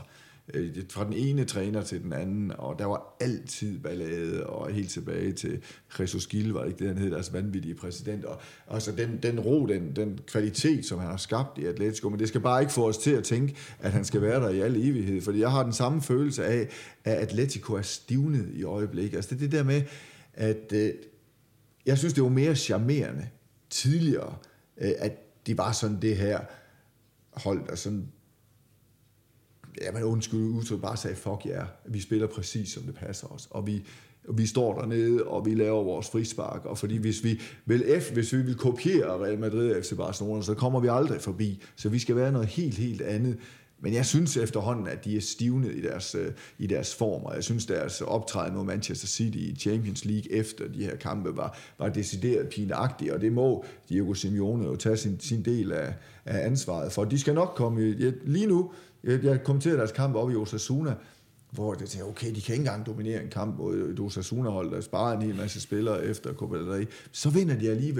fra den ene træner til den anden, og der var altid ballade, og helt tilbage til Jesus Gil, var det ikke det, han hed, deres vanvittige præsident, og altså den ro, den kvalitet, som han har skabt i Atletico, men det skal bare ikke få os til at tænke, at han skal være der i al evighed, fordi jeg har den samme følelse af, at Atletico er stivnet i øjeblikket. Altså det der med, at jeg synes, det var mere charmerende tidligere, at de var sådan det her hold, der sådan, ja, man undskyld, bare sagde, fuck yeah, vi spiller præcis, som det passer os, og vi står dernede, og vi laver vores frispark, og fordi hvis vi vil kopiere Real Madrid og FC Barcelona, så kommer vi aldrig forbi, så vi skal være noget helt andet. Men jeg synes efterhånden, at de er stivnet i deres form, og jeg synes, deres optræden mod Manchester City i Champions League efter de her kampe var decideret pinagtige, og det må Diego Simeone jo tage sin del af ansvaret for. De skal nok komme lige nu. Jeg kommenterede deres kamp op i Osasuna, hvor det tænker, okay, de kan ikke engang dominere en kamp mod et Osasuna-hold, der sparer en hel masse spillere efter Copa del Rey. Så vinder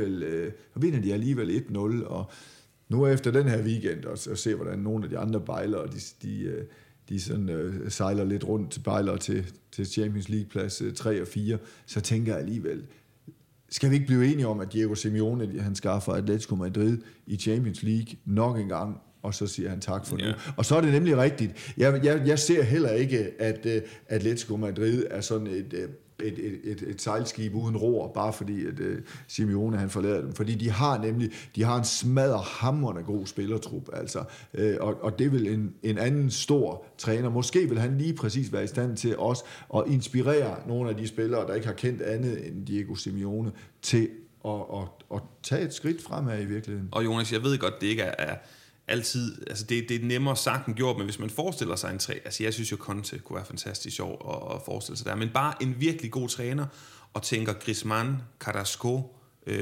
de alligevel 1-0, og nu efter den her weekend, og se, hvordan nogle af de andre bejlere, de sådan, sejler lidt rundt til bejlere til Champions League-plads 3 og 4, så tænker jeg alligevel, skal vi ikke blive enige om, at Diego Simeone, han skaffer Atletico Madrid i Champions League nok en gang, og så siger han tak for nu. Og så er det nemlig rigtigt. Jeg ser heller ikke, at Atletico Madrid er sådan et sejlskib uden roer, bare fordi at Simeone han forlader dem, fordi de har en smadderhamrende god spillertrup, altså, og det vil en anden stor træner, måske vil han lige præcis være i stand til os at inspirere nogle af de spillere, der ikke har kendt andet end Diego Simeone, til at tage et skridt fremad i virkeligheden. Og Jonas, jeg ved godt, det ikke er altid, altså det er nemmere sagt end gjort, men hvis man forestiller sig en træner, altså jeg synes jo Conte kunne være fantastisk sjov at forestille sig der, men bare en virkelig god træner, og tænker Griezmann, Carrasco,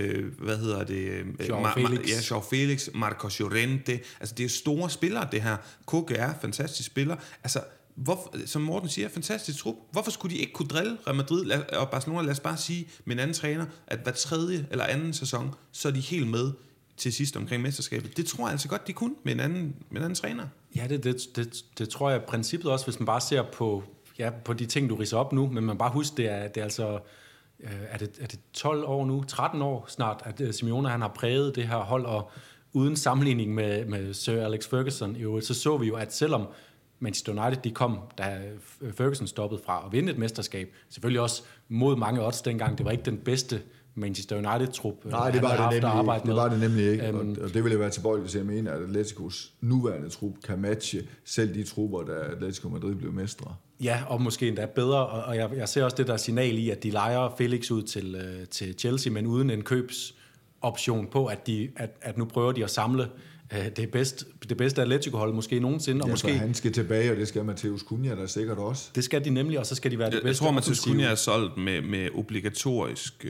João Felix, Marcos Llorente, altså det er store spillere det her. Koke er fantastisk spiller, altså som Morten siger, fantastisk trup. Hvorfor skulle de ikke kunne drille Real Madrid og Barcelona? Lad os bare sige med en anden træner, at hver tredje eller anden sæson, så er de helt med til sidst omkring mesterskabet. Det tror jeg altså godt, de kunne med en anden træner. Ja, det tror jeg princippet også, hvis man bare ser på de ting, du ridser op nu, men man bare husker, det er altså, er det 12 år nu, 13 år snart, at Simeone han har præget det her hold, og uden sammenligning med Sir Alex Ferguson, så vi jo, at selvom Manchester United, de kom, da Ferguson stoppede fra at vinde et mesterskab, selvfølgelig også mod mange odds dengang, det var ikke den bedste Manchester United-trup. Nej, det var det nemlig ikke. Og det vil jeg være tilbøjelig til at mene, at Atleticos nuværende trup kan matche selv de trupper, der Atletico Madrid blev mestre. Ja, og måske endda bedre. Og jeg ser også det der signal i, at de lejer Felix ud til Chelsea, men uden en købsoption på, at nu prøver de at samle det bedste Atletico-hold måske nogensinde. Og måske han skal tilbage, og det skal Mateus Cunha der sikkert også. Det skal de nemlig, og så skal de være det bedste. Jeg tror, Mateus Cunha er solgt med obligatorisk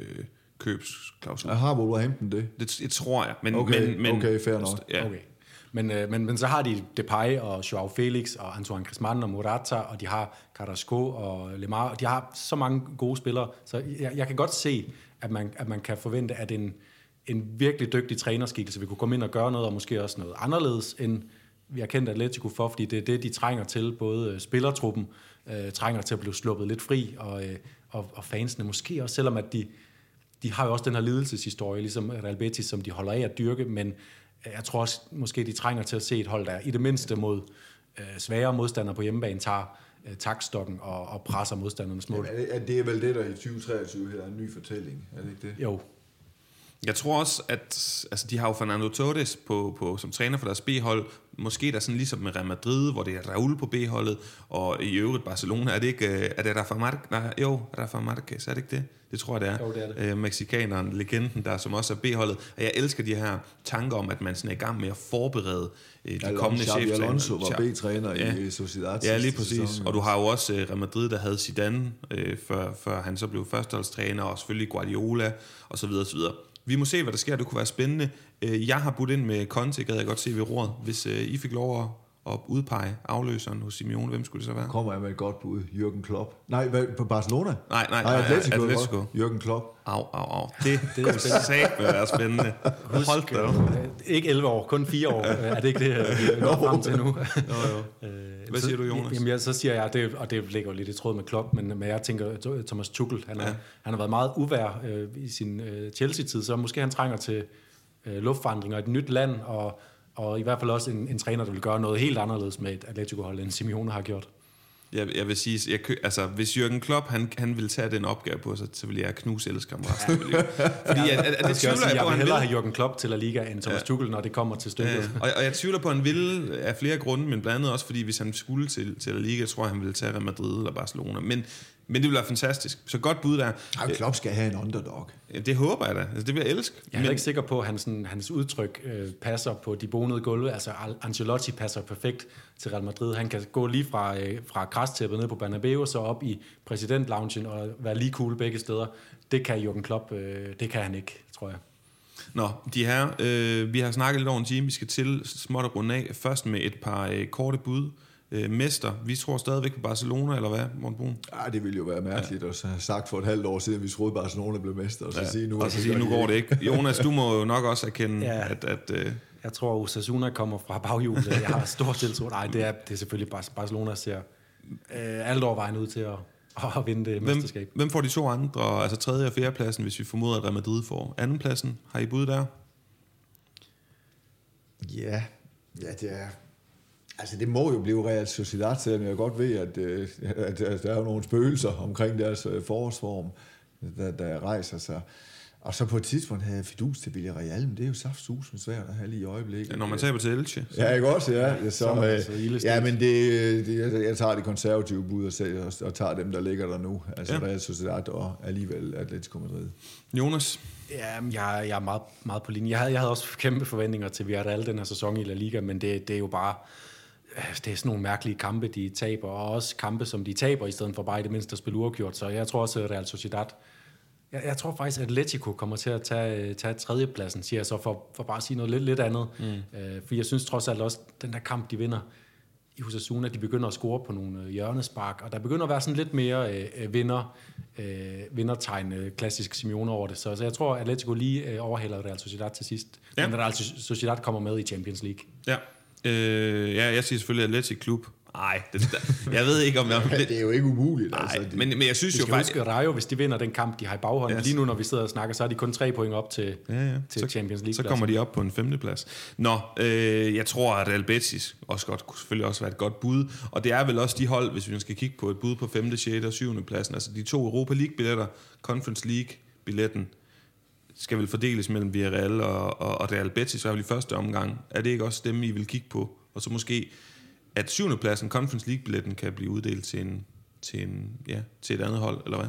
købsklausul. Har Wolverhampton det? Det tror jeg. Men, okay, fair nok. Ja. Okay. Men så har de Depay og João Felix og Antoine Griezmann og Morata, og de har Carrasco og Lemar, og de har så mange gode spillere, så jeg kan godt se, at man kan forvente, at en virkelig dygtig trænerskikkelse vil kunne komme ind og gøre noget, og måske også noget anderledes, end vi har kendt Atletico for, fordi det er det, de trænger til. Både spillertruppen trænger til at blive sluppet lidt fri, og fansene måske også, selvom at de har jo også den her lidelseshistorie, ligesom Real Betis, som de holder af at dyrke, men jeg tror også, måske de trænger til at se et hold, der i det mindste mod svære modstandere på hjemmebane tager taktstokken og presser modstandernes mål. Jamen, det er vel det, der i 2023 hedder en ny fortælling, er det ikke det? Jo. Jeg tror også, at altså, de har jo Fernando Torres som træner for deres B-hold. Måske der sådan ligesom med Real Madrid, hvor det er Raúl på B-holdet, og i øvrigt Barcelona, er det ikke, er det Rafa Marquez, er det ikke det? Det tror jeg, det er. Jo, det er det. Mexikaneren, legenden der, som også er B-holdet. Og jeg elsker de her tanker om, at man sådan er i gang med at forberede de kommende cheftræner. Alonso var B-træner i Sociedad. Ja, lige præcis. Og du har jo også Real Madrid, der havde Zidane, før han så blev førsteholdstræner, og selvfølgelig Guardiola, og så videre, og så videre. Vi må se, hvad der sker. Det kunne være spændende. Jeg har budt ind med Conte, gad jeg godt se ved roret. Hvis I fik lov at udpege afløseren hos Simeone, hvem skulle det så være? Kommer jeg med et godt bud? Jürgen Klopp. Nej, på Barcelona? Nej, Atletico. Jürgen Klopp. Au. Det kunne sagt være spændende. Hold da. Ikke 11 år, kun 4 år. Er det ikke det, vi når frem til nu? Jo. Hvad siger du, Jonas? Jamen, så siger jeg, det, og det ligger jo lidt i tråd med Klopp, men jeg tænker, Thomas Tuchel, han har været meget uvær i sin Chelsea-tid, så måske han trænger til luftforandringer i et nyt land, og i hvert fald også en træner, der vil gøre noget helt anderledes med et Atletico-hold, end Simeone har gjort. Jeg vil sige, hvis Jürgen Klopp han vil tage den opgave på sig, så vil jeg knuse elskammeraten. Fordi det tvivler jeg på, han vil hellere have Jürgen Klopp til La Liga end Thomas Tuchel, når det kommer til stykket. Og jeg tvivler på, at han vil af flere grunde, men blandt andet også, fordi hvis han skulle til La Liga, tror jeg, han ville tage Real Madrid eller Barcelona. Men det ville være fantastisk. Så godt bud der. Klopp skal have en underdog. Det håber jeg da. Altså, det vil jeg elske. Jeg er ikke sikker på, at hans udtryk passer på de bonede gulve. Altså Ancelotti passer perfekt til Real Madrid. Han kan gå lige fra græstæppet ned på Bernabeu, så op i præsidentloungen og være lige cool begge steder. Det kan Jürgen Klopp. Det kan han ikke, tror jeg. Nå, de her, vi har snakket lidt over en time. Vi skal til småt at runde af. Først med et par korte bud. Mester, vi tror stadigvæk på Barcelona, eller hvad, Morten Brun? Ja, det ville jo være mærkeligt at have sagt for et halvt år siden, at vi troede, Barcelona blev mester, og så sige nu... Og så sige, nu går det ikke. Jonas, du må jo nok også erkende, at jeg tror, Osasuna kommer fra baghjulet. Jeg har stor tiltro. Nej, det er selvfølgelig Barcelona ser alt overvejende ud til at vinde det mesterskab. Hvem får de to andre, altså 3. og 4. pladsen, hvis vi formoder, at Real Madrid får 2. pladsen? Har I bud der? Ja, det er... Altså, det må jo blive Real Sociedad, selvom jeg godt ved, at der er jo nogle spøgelser omkring deres forårsform, der rejser sig. Og så på et tidspunkt havde jeg fidus til Villarreal, men det er jo saftsusen svært at have lige i øjeblikket. Ja, når man taber til Elche. Ja, ikke også? Ja, men jeg tager de konservative bud og tager dem, der ligger der nu. Altså Real Sociedad og alligevel Atletico Madrid. Jonas? Ja, jeg er meget, meget på linje. Jeg havde også kæmpe forventninger til Villarreal den her sæson i La Liga, men det er jo bare... Det er sådan nogle mærkelige kampe, de taber, og også kampe, som de taber, i stedet for bare i det mindste at spille uafgjort. Så jeg tror også, at Real Sociedad... Jeg tror faktisk, at Atletico kommer til at tage 3. pladsen, siger jeg så, for bare at sige noget lidt andet. For jeg synes trods alt også, den der kamp, de vinder i Osasuna, de begynder at score på nogle hjørnespark, og der begynder at være sådan lidt mere vindertegn, klassisk Simeone over det. Så jeg tror, at Atletico lige overhælder Real Sociedad til sidst. Ja. Men Real Sociedad kommer med i Champions League. Ja. Jeg siger selvfølgelig Athletic Klub. Nej, jeg ved ikke, om jeg... Det er jo ikke umuligt. Nej, altså, men jeg synes jo faktisk... Huske Rayo, hvis de vinder den kamp, de har i baghånden. Yes. Lige nu, når vi sidder og snakker, så er de kun 3 point op til Champions League. Så kommer de op på en 5. plads. Nå, jeg tror, at Real Betis også godt kunne selvfølgelig også være et godt bud. Og det er vel også de hold, hvis vi skal kigge på et bud på 5., 6. og 7. pladsen. Altså de 2 Europa League-billetter, Conference League-billetten, skal vel fordeles mellem Villarreal og Real Betis, så er vel i første omgang. Er det ikke også dem, I vil kigge på? Og så måske, at 7. pladsen, Conference League-billetten, kan blive uddelt til et andet hold, eller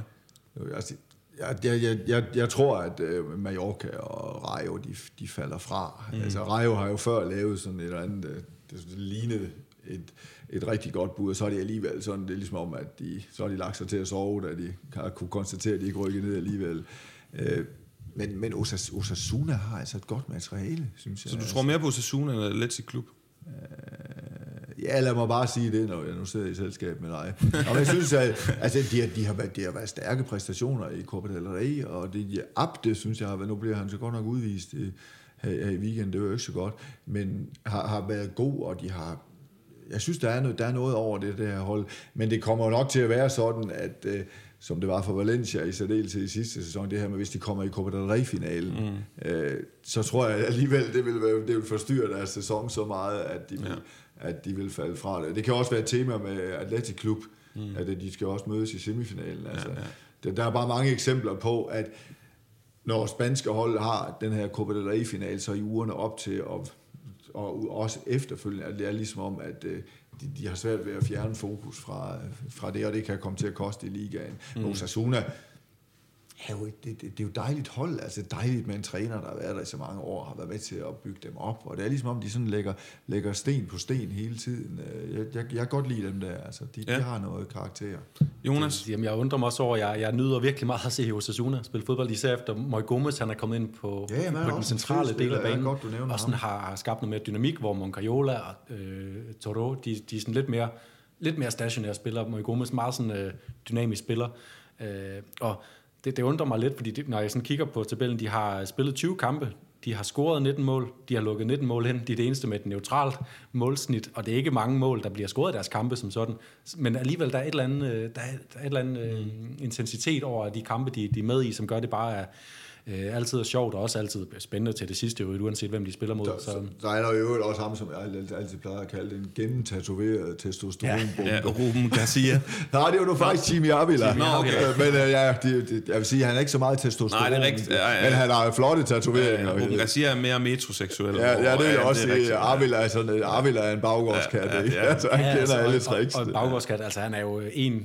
hvad? Jeg tror, at Mallorca og Rayo, de falder fra. Altså, Rayo har jo før lavet sådan et eller andet, det lignede et rigtig godt bud, og så er det alligevel sådan, det er ligesom om, at så har de lagt sig til at sove, da de har kunne konstatere, at de ikke rykker ned alligevel. Men Osasuna har altså et godt materiale, synes jeg. Så du tror mere på Osasuna end Athletic Klub? Ja, lad mig bare sige det, når jeg nu sidder i selskab med dig. Og jeg synes, at altså, de har været stærke præstationer i Copa del Rey, og det synes jeg, nu bliver han så godt nok udvist her i weekenden, det var jo ikke så godt, men har været god, og de har... Jeg synes, der er noget over det her hold, men det kommer nok til at være sådan, at... som det var for Valencia i særdeleshed i sidste sæson, det her med, hvis de kommer i Copa del Rey-finalen, så tror jeg alligevel, det vil forstyrre deres sæson så meget, at de vil falde fra det. Det kan også være et tema med Athletic Klub, at de skal også mødes i semifinalen. Altså, der er bare mange eksempler på, at når spanske hold har den her Copa del Rey-finale, så i ugerne op til, og også efterfølgende, at det er ligesom om, at de har svært ved at fjerne fokus fra det, og det kan komme til at koste i ligaen. Osasuna det er jo dejligt hold, altså dejligt med en træner, der har været der i så mange år, har været med til at bygge dem op, og det er ligesom om, de sådan lægger sten på sten hele tiden. Jeg kan godt lide dem der, altså de har noget karakter. Jonas? Jamen, jeg undrer mig også over, jeg nyder virkelig meget at se Osasuna spille fodbold, især efter Moi Gomes, han er kommet ind på den centrale del af banen, og sådan har skabt noget mere dynamik, hvor Moncayola og Toro, de er sådan lidt mere stationære spillere. Moi Gomes meget sådan dynamisk spiller, og det undrer mig lidt, fordi når jeg sådan kigger på tabellen, de har spillet 20 kampe De har scoret 19 mål, de har lukket 19 mål hen, de er det eneste med et neutralt målsnit, og det er ikke mange mål, der bliver scoret i deres kampe som sådan, men alligevel der er et eller andet, intensitet over de kampe, de er med i, som gør det bare altid er sjovt, og også altid spændende til det sidste, uanset hvem de spiller mod. Der er der jo også ham, som jeg altid plejer at kalde en gennemtatoveret testosteronbombe. Ja, Ruben Garcia. Nej, det er jo nu faktisk Jimmy Avila. Men jeg vil sige, han er ikke så meget testosteron. Nej, det er rigtigt. Men han har flotte tatoveringer. Ruben Garcia er mere metroseksuel. Ja, det vil jeg også sige. Avila er en baggårdskat. Altså, han kender alle tricks. Og en baggårdskat, altså han er jo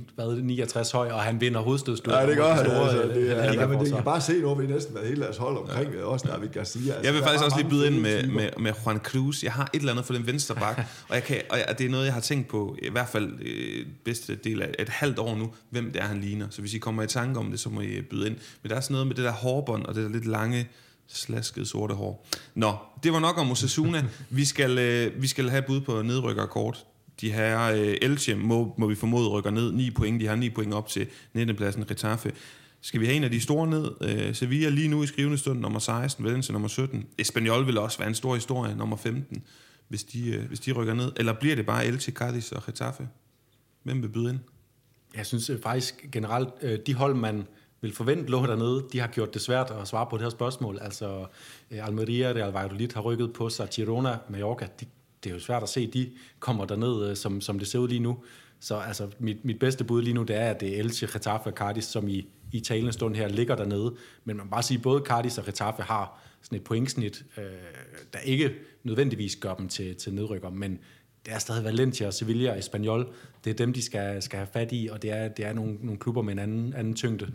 1,69 høj, og han vinder hovedstødstød. Ja, det gør han. Men det kan bare se nu, vi næsten været hele deres hold omkring også, David Garcia. Altså, jeg vil faktisk også lige byde ind med Juan Cruz. Jeg har et eller andet for den venstre bak, og det er noget, jeg har tænkt på, i hvert fald bedste del af et halvt år nu, hvem det er, han ligner. Så hvis I kommer i tanke om det, så må I byde ind. Men der er sådan noget med det der hårbånd, og det der lidt lange, slaskede sorte hår. Nå, det var nok om Osasuna. Vi skal have bud på nedrykkerkort. De her Elche må vi formode rykker ned 9 point. De har 9 point op til 19. pladsen Getafe. Skal vi have en af de store ned? Sevilla lige nu i skrivende stund, nummer 16, Valencia nummer 17. Espanyol vil også være en stor historie, nummer 15, hvis de rykker ned. Eller bliver det bare Elche, Cadiz og Getafe? Hvem vil byde ind? Jeg synes faktisk generelt, de hold, man vil forvente lå dernede, de har gjort det svært at svare på det her spørgsmål. Altså Almeria, Real Valladolid har rykket på sig, Girona, Mallorca, det er jo svært at se, de kommer derned, som det ser ud lige nu. Så altså, mit bedste bud lige nu, det er, at det er Elche, Getafe og Cadiz, som i talende stund her ligger dernede. Men man kan bare sige, at både Cadiz og Getafe har sådan et pointsnit, der ikke nødvendigvis gør dem til nedrykker, men det er stadig Valencia, Sevilla og Espanyol. Det er dem, de skal have fat i, og det er nogle klubber med en anden tyngde,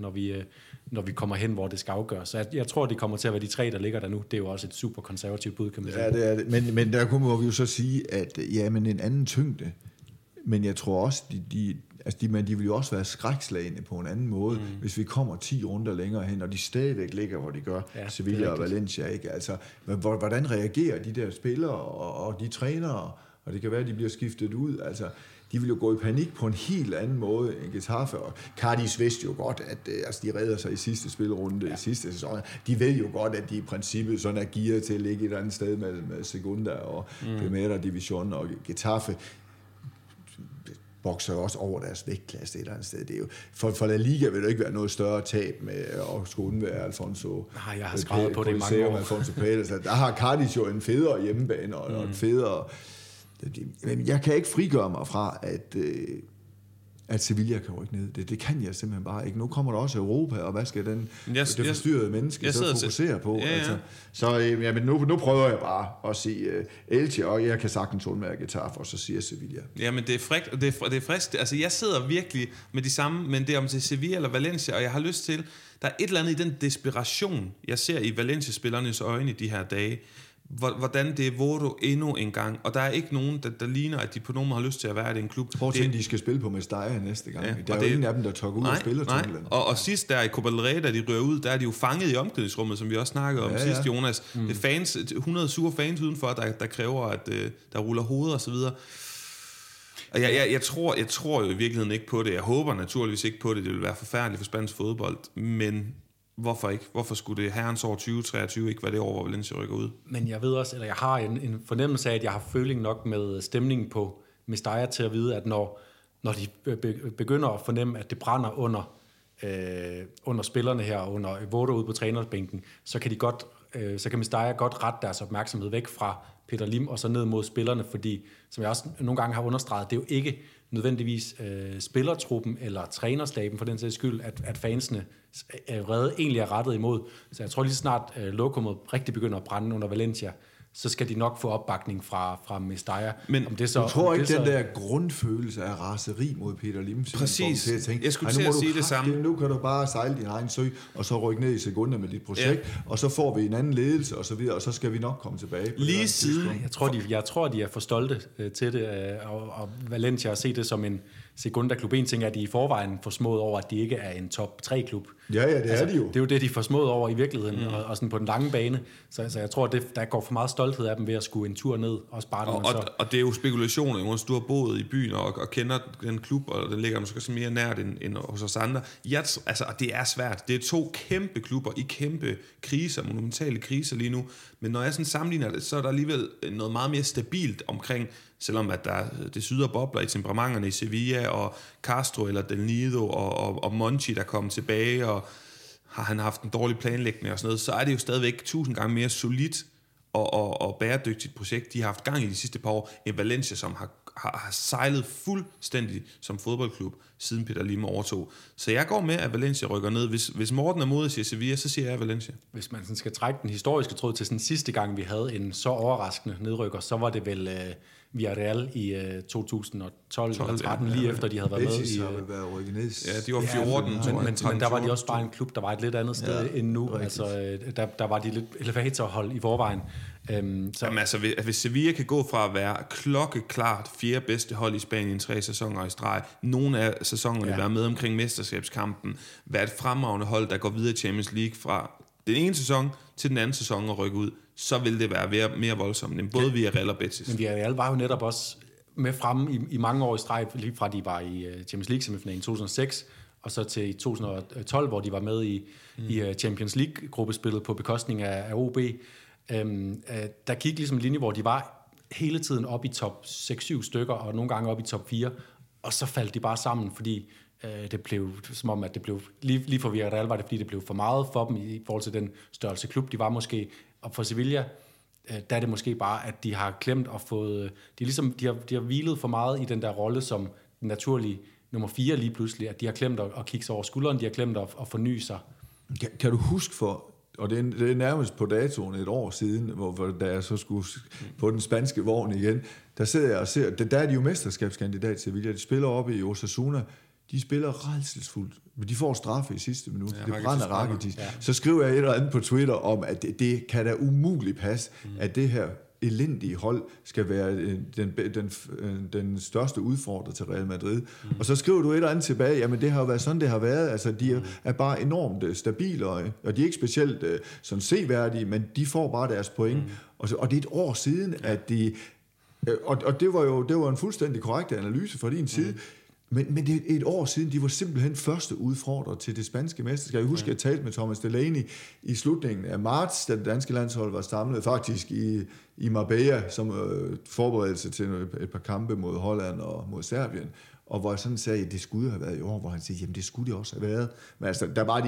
når vi kommer hen, hvor det skal afgøres. Så jeg tror, det kommer til at være de 3, der ligger der nu. Det er jo også et super konservativt bud, kan man sige. Ja, det er det. Men der må vi jo så sige, at men en anden tyngde. Men jeg tror også, de vil jo også være skrækslagende på en anden måde, hvis vi kommer 10 runder længere hen, og de stadigvæk ligger, hvor de gør, Sevilla og Valencia, ikke? Altså, hvordan reagerer de der spillere og de trænere, og det kan være, at de bliver skiftet ud, altså, de vil jo gå i panik på en helt anden måde end Getafe, og Cadiz vidste jo godt, at de redder sig i sidste spilrunde, i sidste sæson. De ved jo godt, at de i princippet sådan er gearet til at ligge et eller andet sted mellem Segunda og Primera Division, og Getafe bokser også over deres vægtklasse et eller andet sted. Det er jo, for La Liga vil det ikke være noget større tab med at skulle undvære Alfonso. Nej, jeg har skrevet på det i mange år. Alfonso Pérez. Der har Cadiz jo en federe hjemmebane og en federe. Men jeg kan ikke frigøre mig fra, at Sevilla kan rykke ned. Det kan jeg simpelthen bare ikke. Nu kommer der også Europa, og hvad skal det forstyrrede menneske så fokusere på? Ja. Altså. Så men nu prøver jeg bare at sige Elche, og jeg kan sagtens undmærke Getafe, og så siger Sevilla. Jamen, det er frækt, og det er frisk. Altså, jeg sidder virkelig med de samme, men det er om til Sevilla eller Valencia, og jeg har lyst til, der er et eller andet i den desperation, jeg ser i Valencia-spillernes øjne i de her dage, hvordan det er Vodo endnu en gang, og der er ikke nogen, der ligner, at de på nogen har lyst til at være i en klub. Bortset de skal spille på Mestalla næste gang. Ja, der er jo ingen af dem, der tør gå ud og spille til England. Og sidst der i Copa del Rey, da de rører ud, der er de jo fanget i omklædningsrummet, som vi også snakkede om sidst, Jonas. Det er fans, 100 sure fans udenfor, der kræver, at der ruller hoveder og så videre. Og jeg tror jo i virkeligheden ikke på det. Jeg håber naturligvis ikke på det. Det vil være forfærdeligt for spansk fodbold, men hvorfor ikke? Hvorfor skulle det herrens år 2023 ikke være det år, hvor Valencia rykker ud? Men jeg ved også, eller jeg har en fornemmelse af, at jeg har føling nok med stemningen på Mestalla til at vide, at når de begynder at fornemme, at det brænder under spillerne her, under Vodo ude på trænerbænken, så kan Mestalla godt rette deres opmærksomhed væk fra Peter Lim og så ned mod spillerne, fordi, som jeg også nogle gange har understreget, det er jo ikke nødvendigvis spillertruppen eller trænerstaben for den sags skyld, at fansene egentlig er rettet imod. Så jeg tror lige snart lokummet rigtig begynder at brænde under Valencia, så skal de nok få opbakning fra Mestalla. Men om det så, du tror ikke, den der grundfølelse af raseri mod Peter Lim? Præcis. Jeg skulle til at sige det samme. Nu kan du bare sejle din egen sø, og så rykke ned i sekunder med dit projekt, og så får vi en anden ledelse, og så videre, og så skal vi nok komme tilbage. Lige siden. Jeg tror, de er for stolte til det, og Valencia har set det som Segunda Klub. En ting er, at de i forvejen forsmået over, at de ikke er en top 3-klub. Ja, det er de jo. Det er jo det, de forsmået over i virkeligheden, og sådan på den lange bane. Så jeg tror, at der går for meget stolthed af dem ved at skue en tur ned. Også bare, og det er jo spekulationer, Jonas. Du har boet i byen og kender den klub, og den ligger måske så mere nært end hos os andre. Det er svært. Det er 2 kæmpe klubber i kæmpe kriser, monumentale kriser lige nu. Men når jeg sådan sammenligner det, så er der alligevel noget meget mere stabilt omkring, selvom at det syder bobler i temperamenterne i Sevilla, og Castro eller Del Nido og Monchi, der kommer tilbage, og har han haft en dårlig planlægning og sådan noget, så er det jo stadigvæk 1000 gange mere solidt og bæredygtigt projekt, de har haft gang i de sidste par år, end Valencia, som har sejlet fuldstændig som fodboldklub, siden Peter Lim overtog. Så jeg går med, at Valencia rykker ned. Hvis Morten er modig, siger Sevilla, så siger jeg Valencia. Hvis man sådan skal trække den historiske tråd til sådan sidste gang, vi havde en så overraskende nedrykker, så var det vel Villarreal i 2012 eller 13, lige efter de havde været med i... været rykket ned. Ja, de var 14, men der var de også bare en klub, der var et lidt andet sted end nu. Altså, der var de lidt elevatorhold i forvejen. Hvis Sevilla kan gå fra at være klokkeklart 4. bedste hold i Spanien 3 sæsoner i streg, nogle af sæsonerne være med omkring mesterskabskampen, være et fremragende hold, der går videre i Champions League fra den ene sæson til den anden sæson og rykke ud, så vil det være mere voldsomt end både Villarreal og Betis. Men Villarreal var jo netop også med fremme i mange år i streg, lige fra de var i Champions League semifinalen i 2006, og så til 2012, hvor de var med i Champions League-gruppespillet på bekostning af OB. Der gik ligesom en linje, hvor de var hele tiden op i top 6-7 stykker, og nogle gange op i top 4, og så faldt de bare sammen, fordi det blev som om, at det blev, lige for Villarreal var det, fordi det blev for meget for dem i forhold til den størrelse klub, de var måske, og for Sevilla, der er det måske bare, at de har klemt og fået, de har hvilet for meget i den der rolle som den naturlige nummer 4 lige pludselig, at de har klemt at kigge sig over skulderen, de har klemt at forny sig. Kan du huske og det er nærmest på datoen et år siden, hvor da jeg så skulle på den spanske vogn igen, der sidder jeg og ser, der er de jo mesterskabskandidat Sevilla, de spiller oppe i Osasuna, de spiller rædselsfuldt, men de får straffe i sidste minut. Det brænder Rakitic. Ja. Så skriver jeg et eller andet på Twitter om, at det kan da umuligt passe, at det her elendige hold skal være den største udfordrer til Real Madrid. Og så skriver du et eller andet tilbage, jamen det har jo været sådan, det har været. Altså, de er bare enormt stabile, og de er ikke specielt sådan seværdige, men de får bare deres point. Og det er et år siden, at de... Og det var en fuldstændig korrekt analyse fra din side, men det er et år siden, de var simpelthen første udfordrer til det spanske mesterskab. Jeg husker, jeg talte med Thomas Delaney i slutningen af marts, da det danske landshold var samlet faktisk i Marbella som forberedelse til et par kampe mod Holland og mod Serbien. Og hvor jeg sådan sagde, at det skulle have været i år, hvor han siger, jamen det skulle det også have været. Men altså,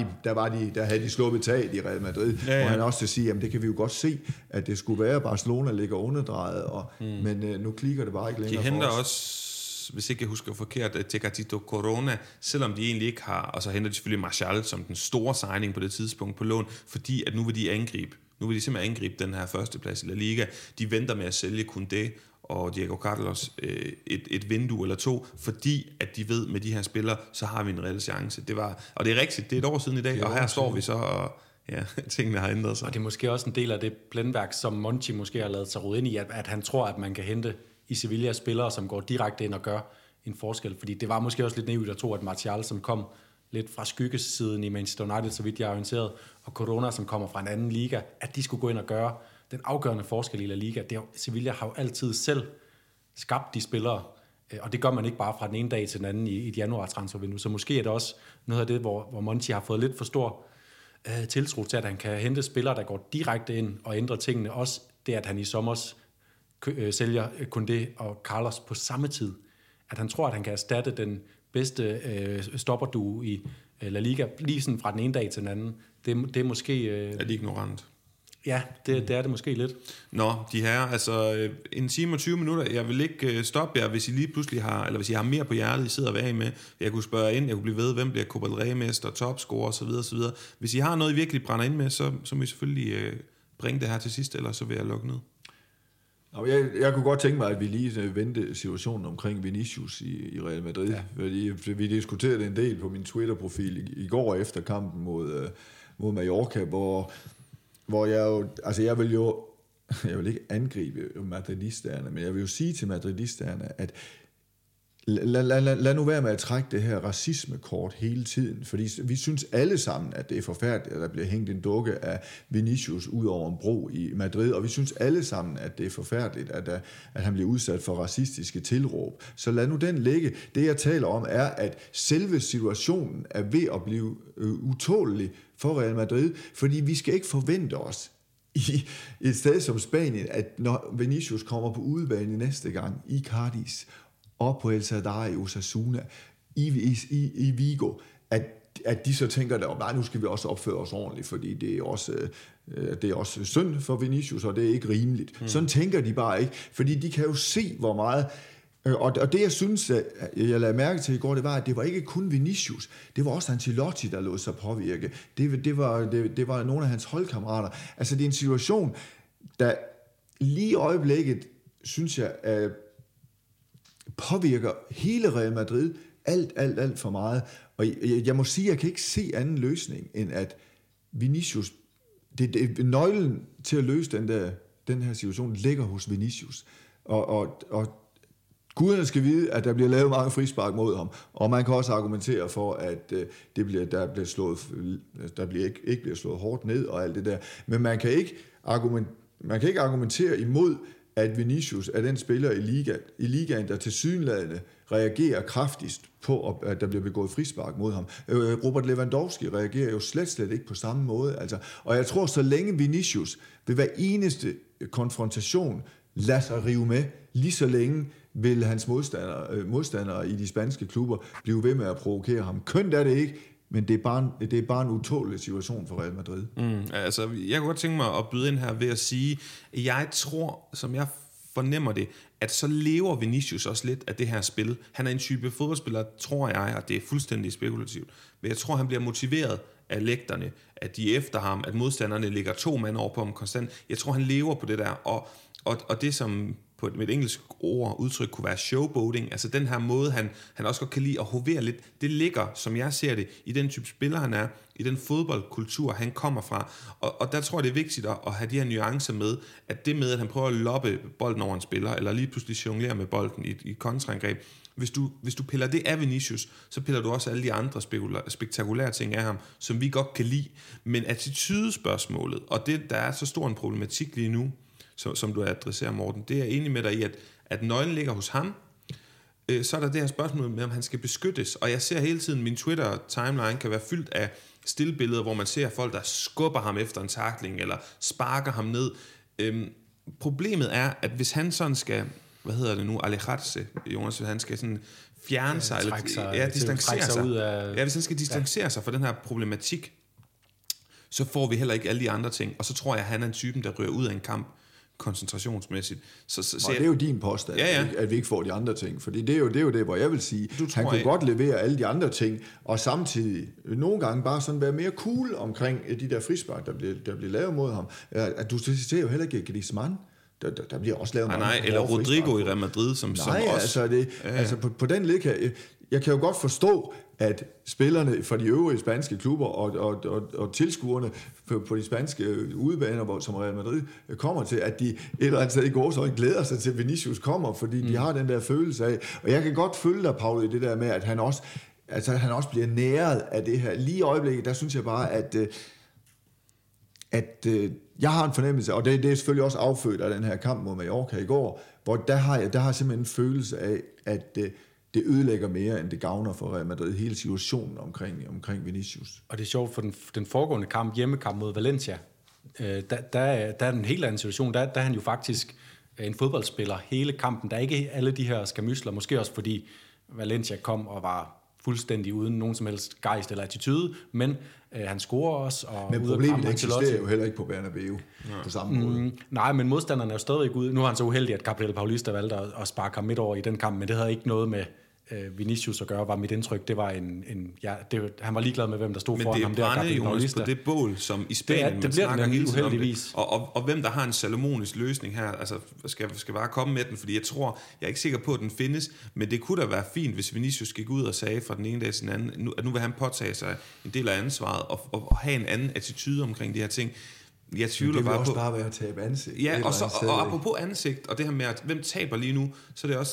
der havde de sluppet taget i Real Madrid, hvor han også siger, jamen det kan vi jo godt se, at det skulle være, Barcelona ligger underdrejet, men nu klikker det bare ikke længere. De henter også, hvis ikke jeg husker forkert, Tecatito Corona, selvom de egentlig ikke har, og så henter de selvfølgelig Martial som den store signing på det tidspunkt på lån, fordi at nu vil de angribe. Nu vil de simpelthen angribe den her førsteplads i La Liga. De venter med at sælge Koundé og Diego Carlos et vindue eller 2, fordi at de ved, med de her spillere, så har vi en reel chance. Og det er rigtigt, det er et år siden i dag, og her står vi så, og tingene har ændret sig. Og det er måske også en del af det blændværk, som Monchi måske har lavet sig rode ind i, at han tror, at man kan hente i Sevilla spillere, som går direkte ind og gør en forskel. Fordi det var måske også lidt naivt at tro, at Martial, som kom lidt fra skyggesiden i Manchester United, så vidt jeg er orienteret, og Corona, som kommer fra en anden liga, at de skulle gå ind og gøre den afgørende forskel i La Liga. Sevilla har jo altid selv skabt de spillere, og det gør man ikke bare fra den ene dag til den anden i et januar-transfervindue. Så måske er det også noget af det, hvor Monchi har fået lidt for stor tiltro til, at han kan hente spillere, der går direkte ind og ændrer tingene. Også det, at han i sommers sælger Koundé og Carlos på samme tid. At han tror, at han kan erstatte den bedste stopperduo i La Liga, lige sådan fra den ene dag til den anden. Det er måske... Er det ignorant? Ja, det er det måske lidt. Nå, de her, altså en time og 20 minutter, jeg vil ikke stoppe jer, hvis I lige pludselig har, eller hvis I har mere på hjertet, I sidder og være med. Jeg kunne spørge ind, jeg kunne blive ved, hvem bliver Copa del Rey-mester, topscorer osv. osv. Hvis I har noget, I virkelig brænder ind med, så må I selvfølgelig bringe det her til sidst, eller så vil jeg lukke ned. Jeg kunne godt tænke mig, at vi lige vendte situationen omkring Vinicius i Real Madrid. Ja. Fordi vi diskuterede en del på min Twitter-profil i går efter kampen mod Mallorca, hvor jeg jo... Altså jeg vil ikke angribe madridisterne, men jeg vil jo sige til madridisterne, at Lad nu være med at trække det her racismekort hele tiden, fordi vi synes alle sammen, at det er forfærdeligt, at der bliver hængt en dukke af Vinicius ud over en bro i Madrid, og vi synes alle sammen, at det er forfærdeligt, at han bliver udsat for racistiske tilråb. Så lad nu den ligge. Det, jeg taler om, er, at selve situationen er ved at blive utålelig for Real Madrid, fordi vi skal ikke forvente os i et sted som Spanien, at når Vinicius kommer på udebane næste gang i Cadiz, op på El Sadar i Osasuna, i Vigo, at de så tænker, at nej, nu skal vi også opføre os ordentligt, fordi det er også synd for Vinicius, og det er ikke rimeligt. Sådan tænker de bare ikke, fordi de kan jo se, hvor meget. Og det, jeg synes, jeg lagde mærke til i går, det var, at det var ikke kun Vinicius, det var også Ancelotti, der lod sig påvirke. Det var nogle af hans holdkammerater. Altså, det er en situation, der lige i øjeblikket, synes jeg, påvirker hele Real Madrid alt for meget. Og jeg må sige, at jeg kan ikke se anden løsning, end at Vinicius, det nøglen til at løse den her situation, ligger hos Vinicius. Og guderne skal vide, at der bliver lavet mange frispark mod ham, og man kan også argumentere for, at ikke bliver slået hårdt ned og alt det der. Men man kan ikke argumentere imod, at Vinicius er den spiller i ligaen, der tilsyneladende reagerer kraftigst på, at der bliver begået frispark mod ham. Robert Lewandowski reagerer jo slet ikke på samme måde. Altså. Og jeg tror, så længe Vinicius ved hver eneste konfrontation lader sig rive med, lige så længe vil hans modstandere i de spanske klubber blive ved med at provokere ham. Kønt er det ikke, men det er bare en utålelig situation for Real Madrid. Altså, jeg kunne godt tænke mig at byde ind her ved at sige, at jeg tror, som jeg fornemmer det, at så lever Vinicius også lidt af det her spil. Han er en type fodboldspiller, tror jeg, og det er fuldstændig spekulativt. Men jeg tror, han bliver motiveret af lægterne, at de er efter ham, at modstanderne ligger 2 mand over på ham konstant. Jeg tror, han lever på det der, og det som på et engelsk udtryk kunne være showboating, altså den her måde, han også godt kan lide at hovere lidt, det ligger, som jeg ser det, i den type spiller, han er, i den fodboldkultur, han kommer fra. Og der tror jeg, det er vigtigt at have de her nuancer med, at det med, at han prøver at loppe bolden over en spiller, eller lige pludselig jonglere med bolden i kontraangreb, hvis du piller det af Vinicius, så piller du også alle de andre spektakulære ting af ham, som vi godt kan lide. Men attitydespørgsmålet, og det, der er så stor en problematik lige nu, som du adresserer, Morten, det er jeg enig med dig i, at nøglen ligger hos ham. Så er der det her spørgsmål med, om han skal beskyttes. Og jeg ser hele tiden, min Twitter-timeline kan være fyldt af stillbilleder, hvor man ser folk, der skubber ham efter en tackling, eller sparker ham ned. Problemet er, at hvis han sådan skal, alejarse, Jonas, han skal sådan fjerne sig, eller distancere sig. Hvis han skal distancere sig fra den her problematik, så får vi heller ikke alle de andre ting. Og så tror jeg, at han er en typen, der ryger ud af en kamp koncentrationsmæssigt. Så det er jo din påstand, at vi ikke får de andre ting. Fordi det er jo det, hvor jeg vil sige, han kunne godt levere alle de andre ting, og samtidig nogle gange bare sådan være mere cool omkring de der frispark, der bliver lavet mod ham. At du ser jo heller ikke Griezmann. Der bliver også lavet mange eller Rodrigo i Real Madrid, som også... Altså på den led jeg kan jo godt forstå, at spillerne fra de øvrige spanske klubber og tilskuerne på de spanske udebaner, som Real Madrid kommer til, at de et eller andet sted i går så glæder sig til, Vinicius kommer, fordi de har den der følelse af. Og jeg kan godt følge dig, Paul, i det der med, at han også bliver næret af det her. Lige i øjeblikket, der synes jeg bare, at jeg har en fornemmelse, og det er selvfølgelig også affødt af den her kamp mod Mallorca i går, hvor der har jeg simpelthen en følelse af, at det ødelægger mere, end det gavner for Real Madrid, hele situationen omkring Vinicius. Og det er sjovt, for den foregående hjemmekamp mod Valencia, der er en helt anden situation. Der er han jo faktisk en fodboldspiller hele kampen. Der er ikke alle de her skamysler, måske også fordi Valencia kom og var fuldstændig uden nogen som helst gejst eller attitude, men han scorer også. Men problemet eksisterer jo heller ikke på Bernabeu på samme måde. Nej, men modstanderne er jo stadigvæk ude. Nu er han så uheldig, at Gabriel Paulista valgte at sparke ham midt over i den kamp, men det havde ikke noget med Vinicius at gøre, var mit indtryk. Det var han var ligeglad med, hvem der stod foran ham der. Men det er Jonas, på det bål, som i Spanien, det bliver den hele tiden uheldigvis. Og hvem der har en salomonisk løsning her, altså skal bare komme med den, fordi jeg er ikke sikker på, at den findes, men det kunne da være fint, hvis Vinicius gik ud og sagde fra den ene dag til den anden, at nu vil han påtage sig en del af ansvaret og have en anden attitude omkring de her ting. Jeg tvivler bare på... Det vil også bare være at tabe ansigt. Ja, og apropos ansigt, og det her med, at hvem taber lige nu, så er det også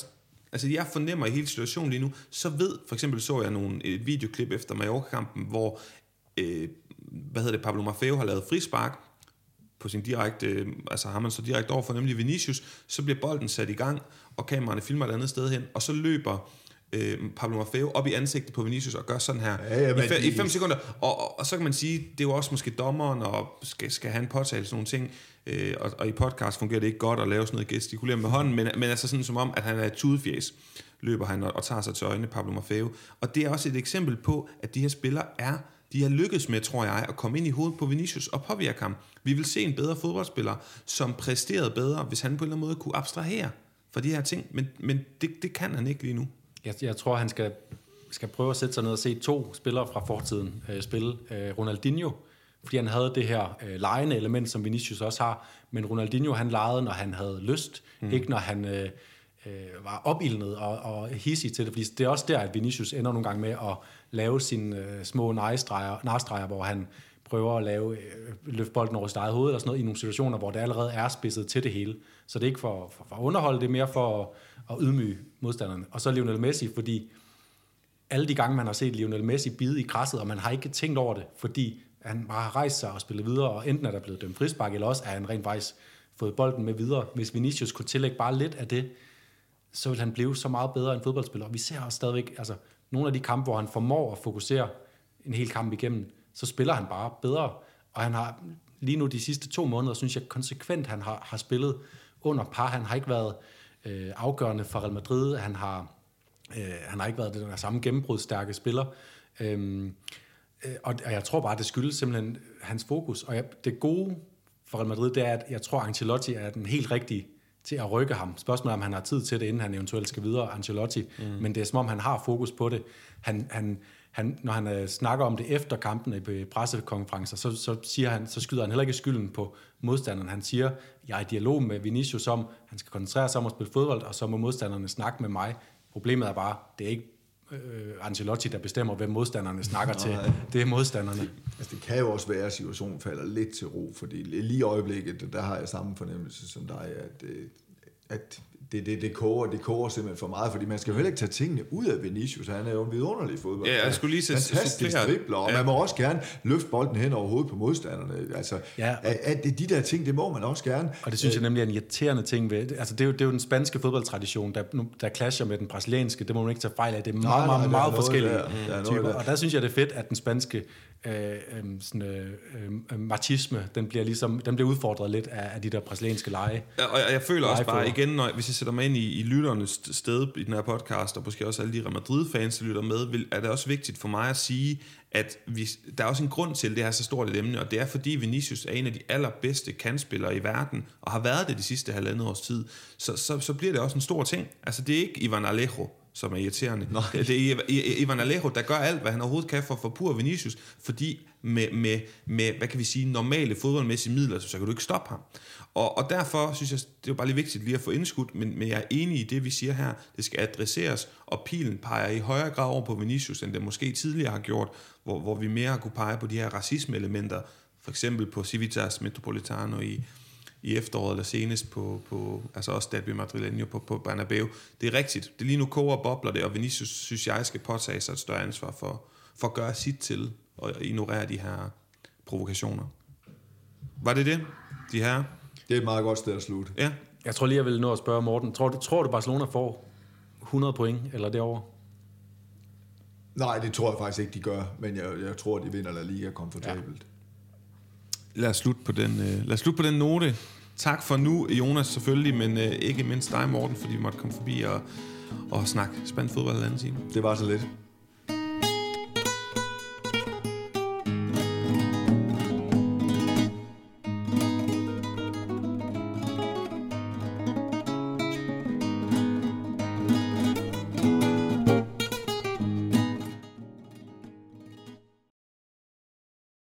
Altså, jeg fornemmer i hele situationen lige nu, så for eksempel så jeg et videoklip efter Mallorca-kampen, hvor, Pablo Maffeo har lavet frispark på sin direkte, altså har man så direkte overfor, nemlig Vinicius, så bliver bolden sat i gang, og kameraerne filmer et andet sted hen, og så løber Pablo Maffeo op i ansigtet på Vinicius og gør sådan her i 5 sekunder, og så kan man sige, det er jo også måske dommeren, og skal han påtale sådan nogle ting, og i podcast fungerer det ikke godt at lave sådan noget gestikulere med hånden, men altså sådan som om, at han er et tudefjæs, løber han og tager sig til øjnene, Pablo Maffeo, og det er også et eksempel på, at de her spillere de har lykkes med, tror jeg, at komme ind i hovedet på Vinicius og påvirke ham. Vi vil se en bedre fodboldspiller, som præsterede bedre, hvis han på en eller anden måde kunne abstrahere for de her ting, men det kan han ikke lige nu. Jeg tror, han skal prøve at sætte sig ned og se 2 spillere fra fortiden spille. Ronaldinho, fordi han havde det her legende element, som Vinicius også har, men Ronaldinho, han legede, når han havde lyst, ikke når han var opildnet og hissig til det, fordi det er også der, at Vinicius ender nogle gange med at lave sine små narstreger, hvor han prøver at løfte bolden over sit eget hoved, eller sådan noget, i nogle situationer, hvor det allerede er spidset til det hele. Så det er ikke for at underholde, det er mere for at ydmyge modstanderne. Og så Lionel Messi, fordi alle de gange, man har set Lionel Messi bide i græsset, og man har ikke tænkt over det, fordi han bare har rejst sig og spillet videre, og enten er der blevet dømt frispark, eller også er han rent faktisk fået bolden med videre. Hvis Vinicius kunne tillægge bare lidt af det, så vil han blive så meget bedre end fodboldspiller. Og vi ser også stadigvæk, altså nogle af de kampe, hvor han formår at fokusere en hel kamp igennem, så spiller han bare bedre. Og han har lige nu de sidste 2 måneder, synes jeg konsekvent, han har spillet under par. Han har ikke været afgørende for Real Madrid. Han har ikke været den der samme gennembrudsstærke spiller. Og jeg tror bare, det skyldes simpelthen hans fokus. Og det gode for Real Madrid, det er, at jeg tror, Ancelotti er den helt rigtige til at rykke ham. Spørgsmålet er, om han har tid til det, inden han eventuelt skal videre, Ancelotti. Men det er som om, han har fokus på det. Når han snakker om det efter kampene i pressekonferencer, så skyder han heller ikke skylden på modstanderen. Han siger, jeg er i dialog med Vinicius om, han skal koncentrere sig om at spille fodbold, og så må modstanderne snakke med mig. Problemet er bare, det er ikke Ancelotti, der bestemmer, hvem modstanderne snakker til. Det er modstanderne. Altså, det kan jo også være, at situationen falder lidt til ro, fordi lige i øjeblikket, der har jeg samme fornemmelse som dig, at det koger simpelthen for meget, fordi man skal jo heller ikke tage tingene ud af Vinicius. Han er jo en vidunderlig fodbold. Ja, jeg skulle lige fantastisk dribler, og man må også gerne løfte bolden hen over hovedet på modstanderne. Altså, at de der ting, det må man også gerne. Og det synes jeg nemlig er en irriterende ting ved. Altså, det er jo den spanske fodboldtradition, der clasher med den brasilianske. Det må man ikke tage fejl af. Det er meget forskellige typer. Og der synes jeg, det er fedt, at den spanske machisme, den bliver udfordret lidt af de der brasilianske lege. Og jeg føler også bare igen, hvis jeg sætter mig ind i lytternes sted i den her podcast, og måske også alle de Real Madrid-fans, der lytter med, er det også vigtigt for mig at sige, at der er også en grund til, at det er så stort et emne, og det er fordi Vinicius er en af de allerbedste kantspillere i verden, og har været det de sidste 1,5 års tid, så bliver det også en stor ting. Altså det er ikke Ivan Alejo, som er irriterende. Det er Ivan Alejo, der gør alt, hvad han overhovedet kan for at forpurre Vinicius, fordi med hvad kan vi sige, normale fodboldmæssige midler, så kan du ikke stoppe ham. Og derfor synes jeg, det er bare lige vigtigt lige at få indskudt, men jeg er enig i det, vi siger her. Det skal adresseres, og pilen peger i højere grad over på Vinicius, end det måske tidligere har gjort, hvor vi mere har kunne pege på de her racisme-elementer, for eksempel på Civitas Metropolitano i efteråret eller senest på altså også Derby Madrileño på Bernabeu. Det er rigtigt. Det lige nu koger og bobler det, og Vinicius synes jeg skal påtage sig et større ansvar for at gøre sit til og ignorere de her provokationer. Var det de her? Det er et meget godt sted at slutte. Ja. Jeg tror lige, jeg vil nå at spørge Morten. Tror du Barcelona får 100 point, eller derovre? Nej, det tror jeg faktisk ikke, de gør, men jeg tror, de vinder La Liga komfortabelt. Ja. Lad os slutte på den note. Tak for nu, Jonas selvfølgelig, men ikke mindst dig, Morten, fordi vi måtte komme forbi og snakke spansk fodbold en anden time. Det var så lidt.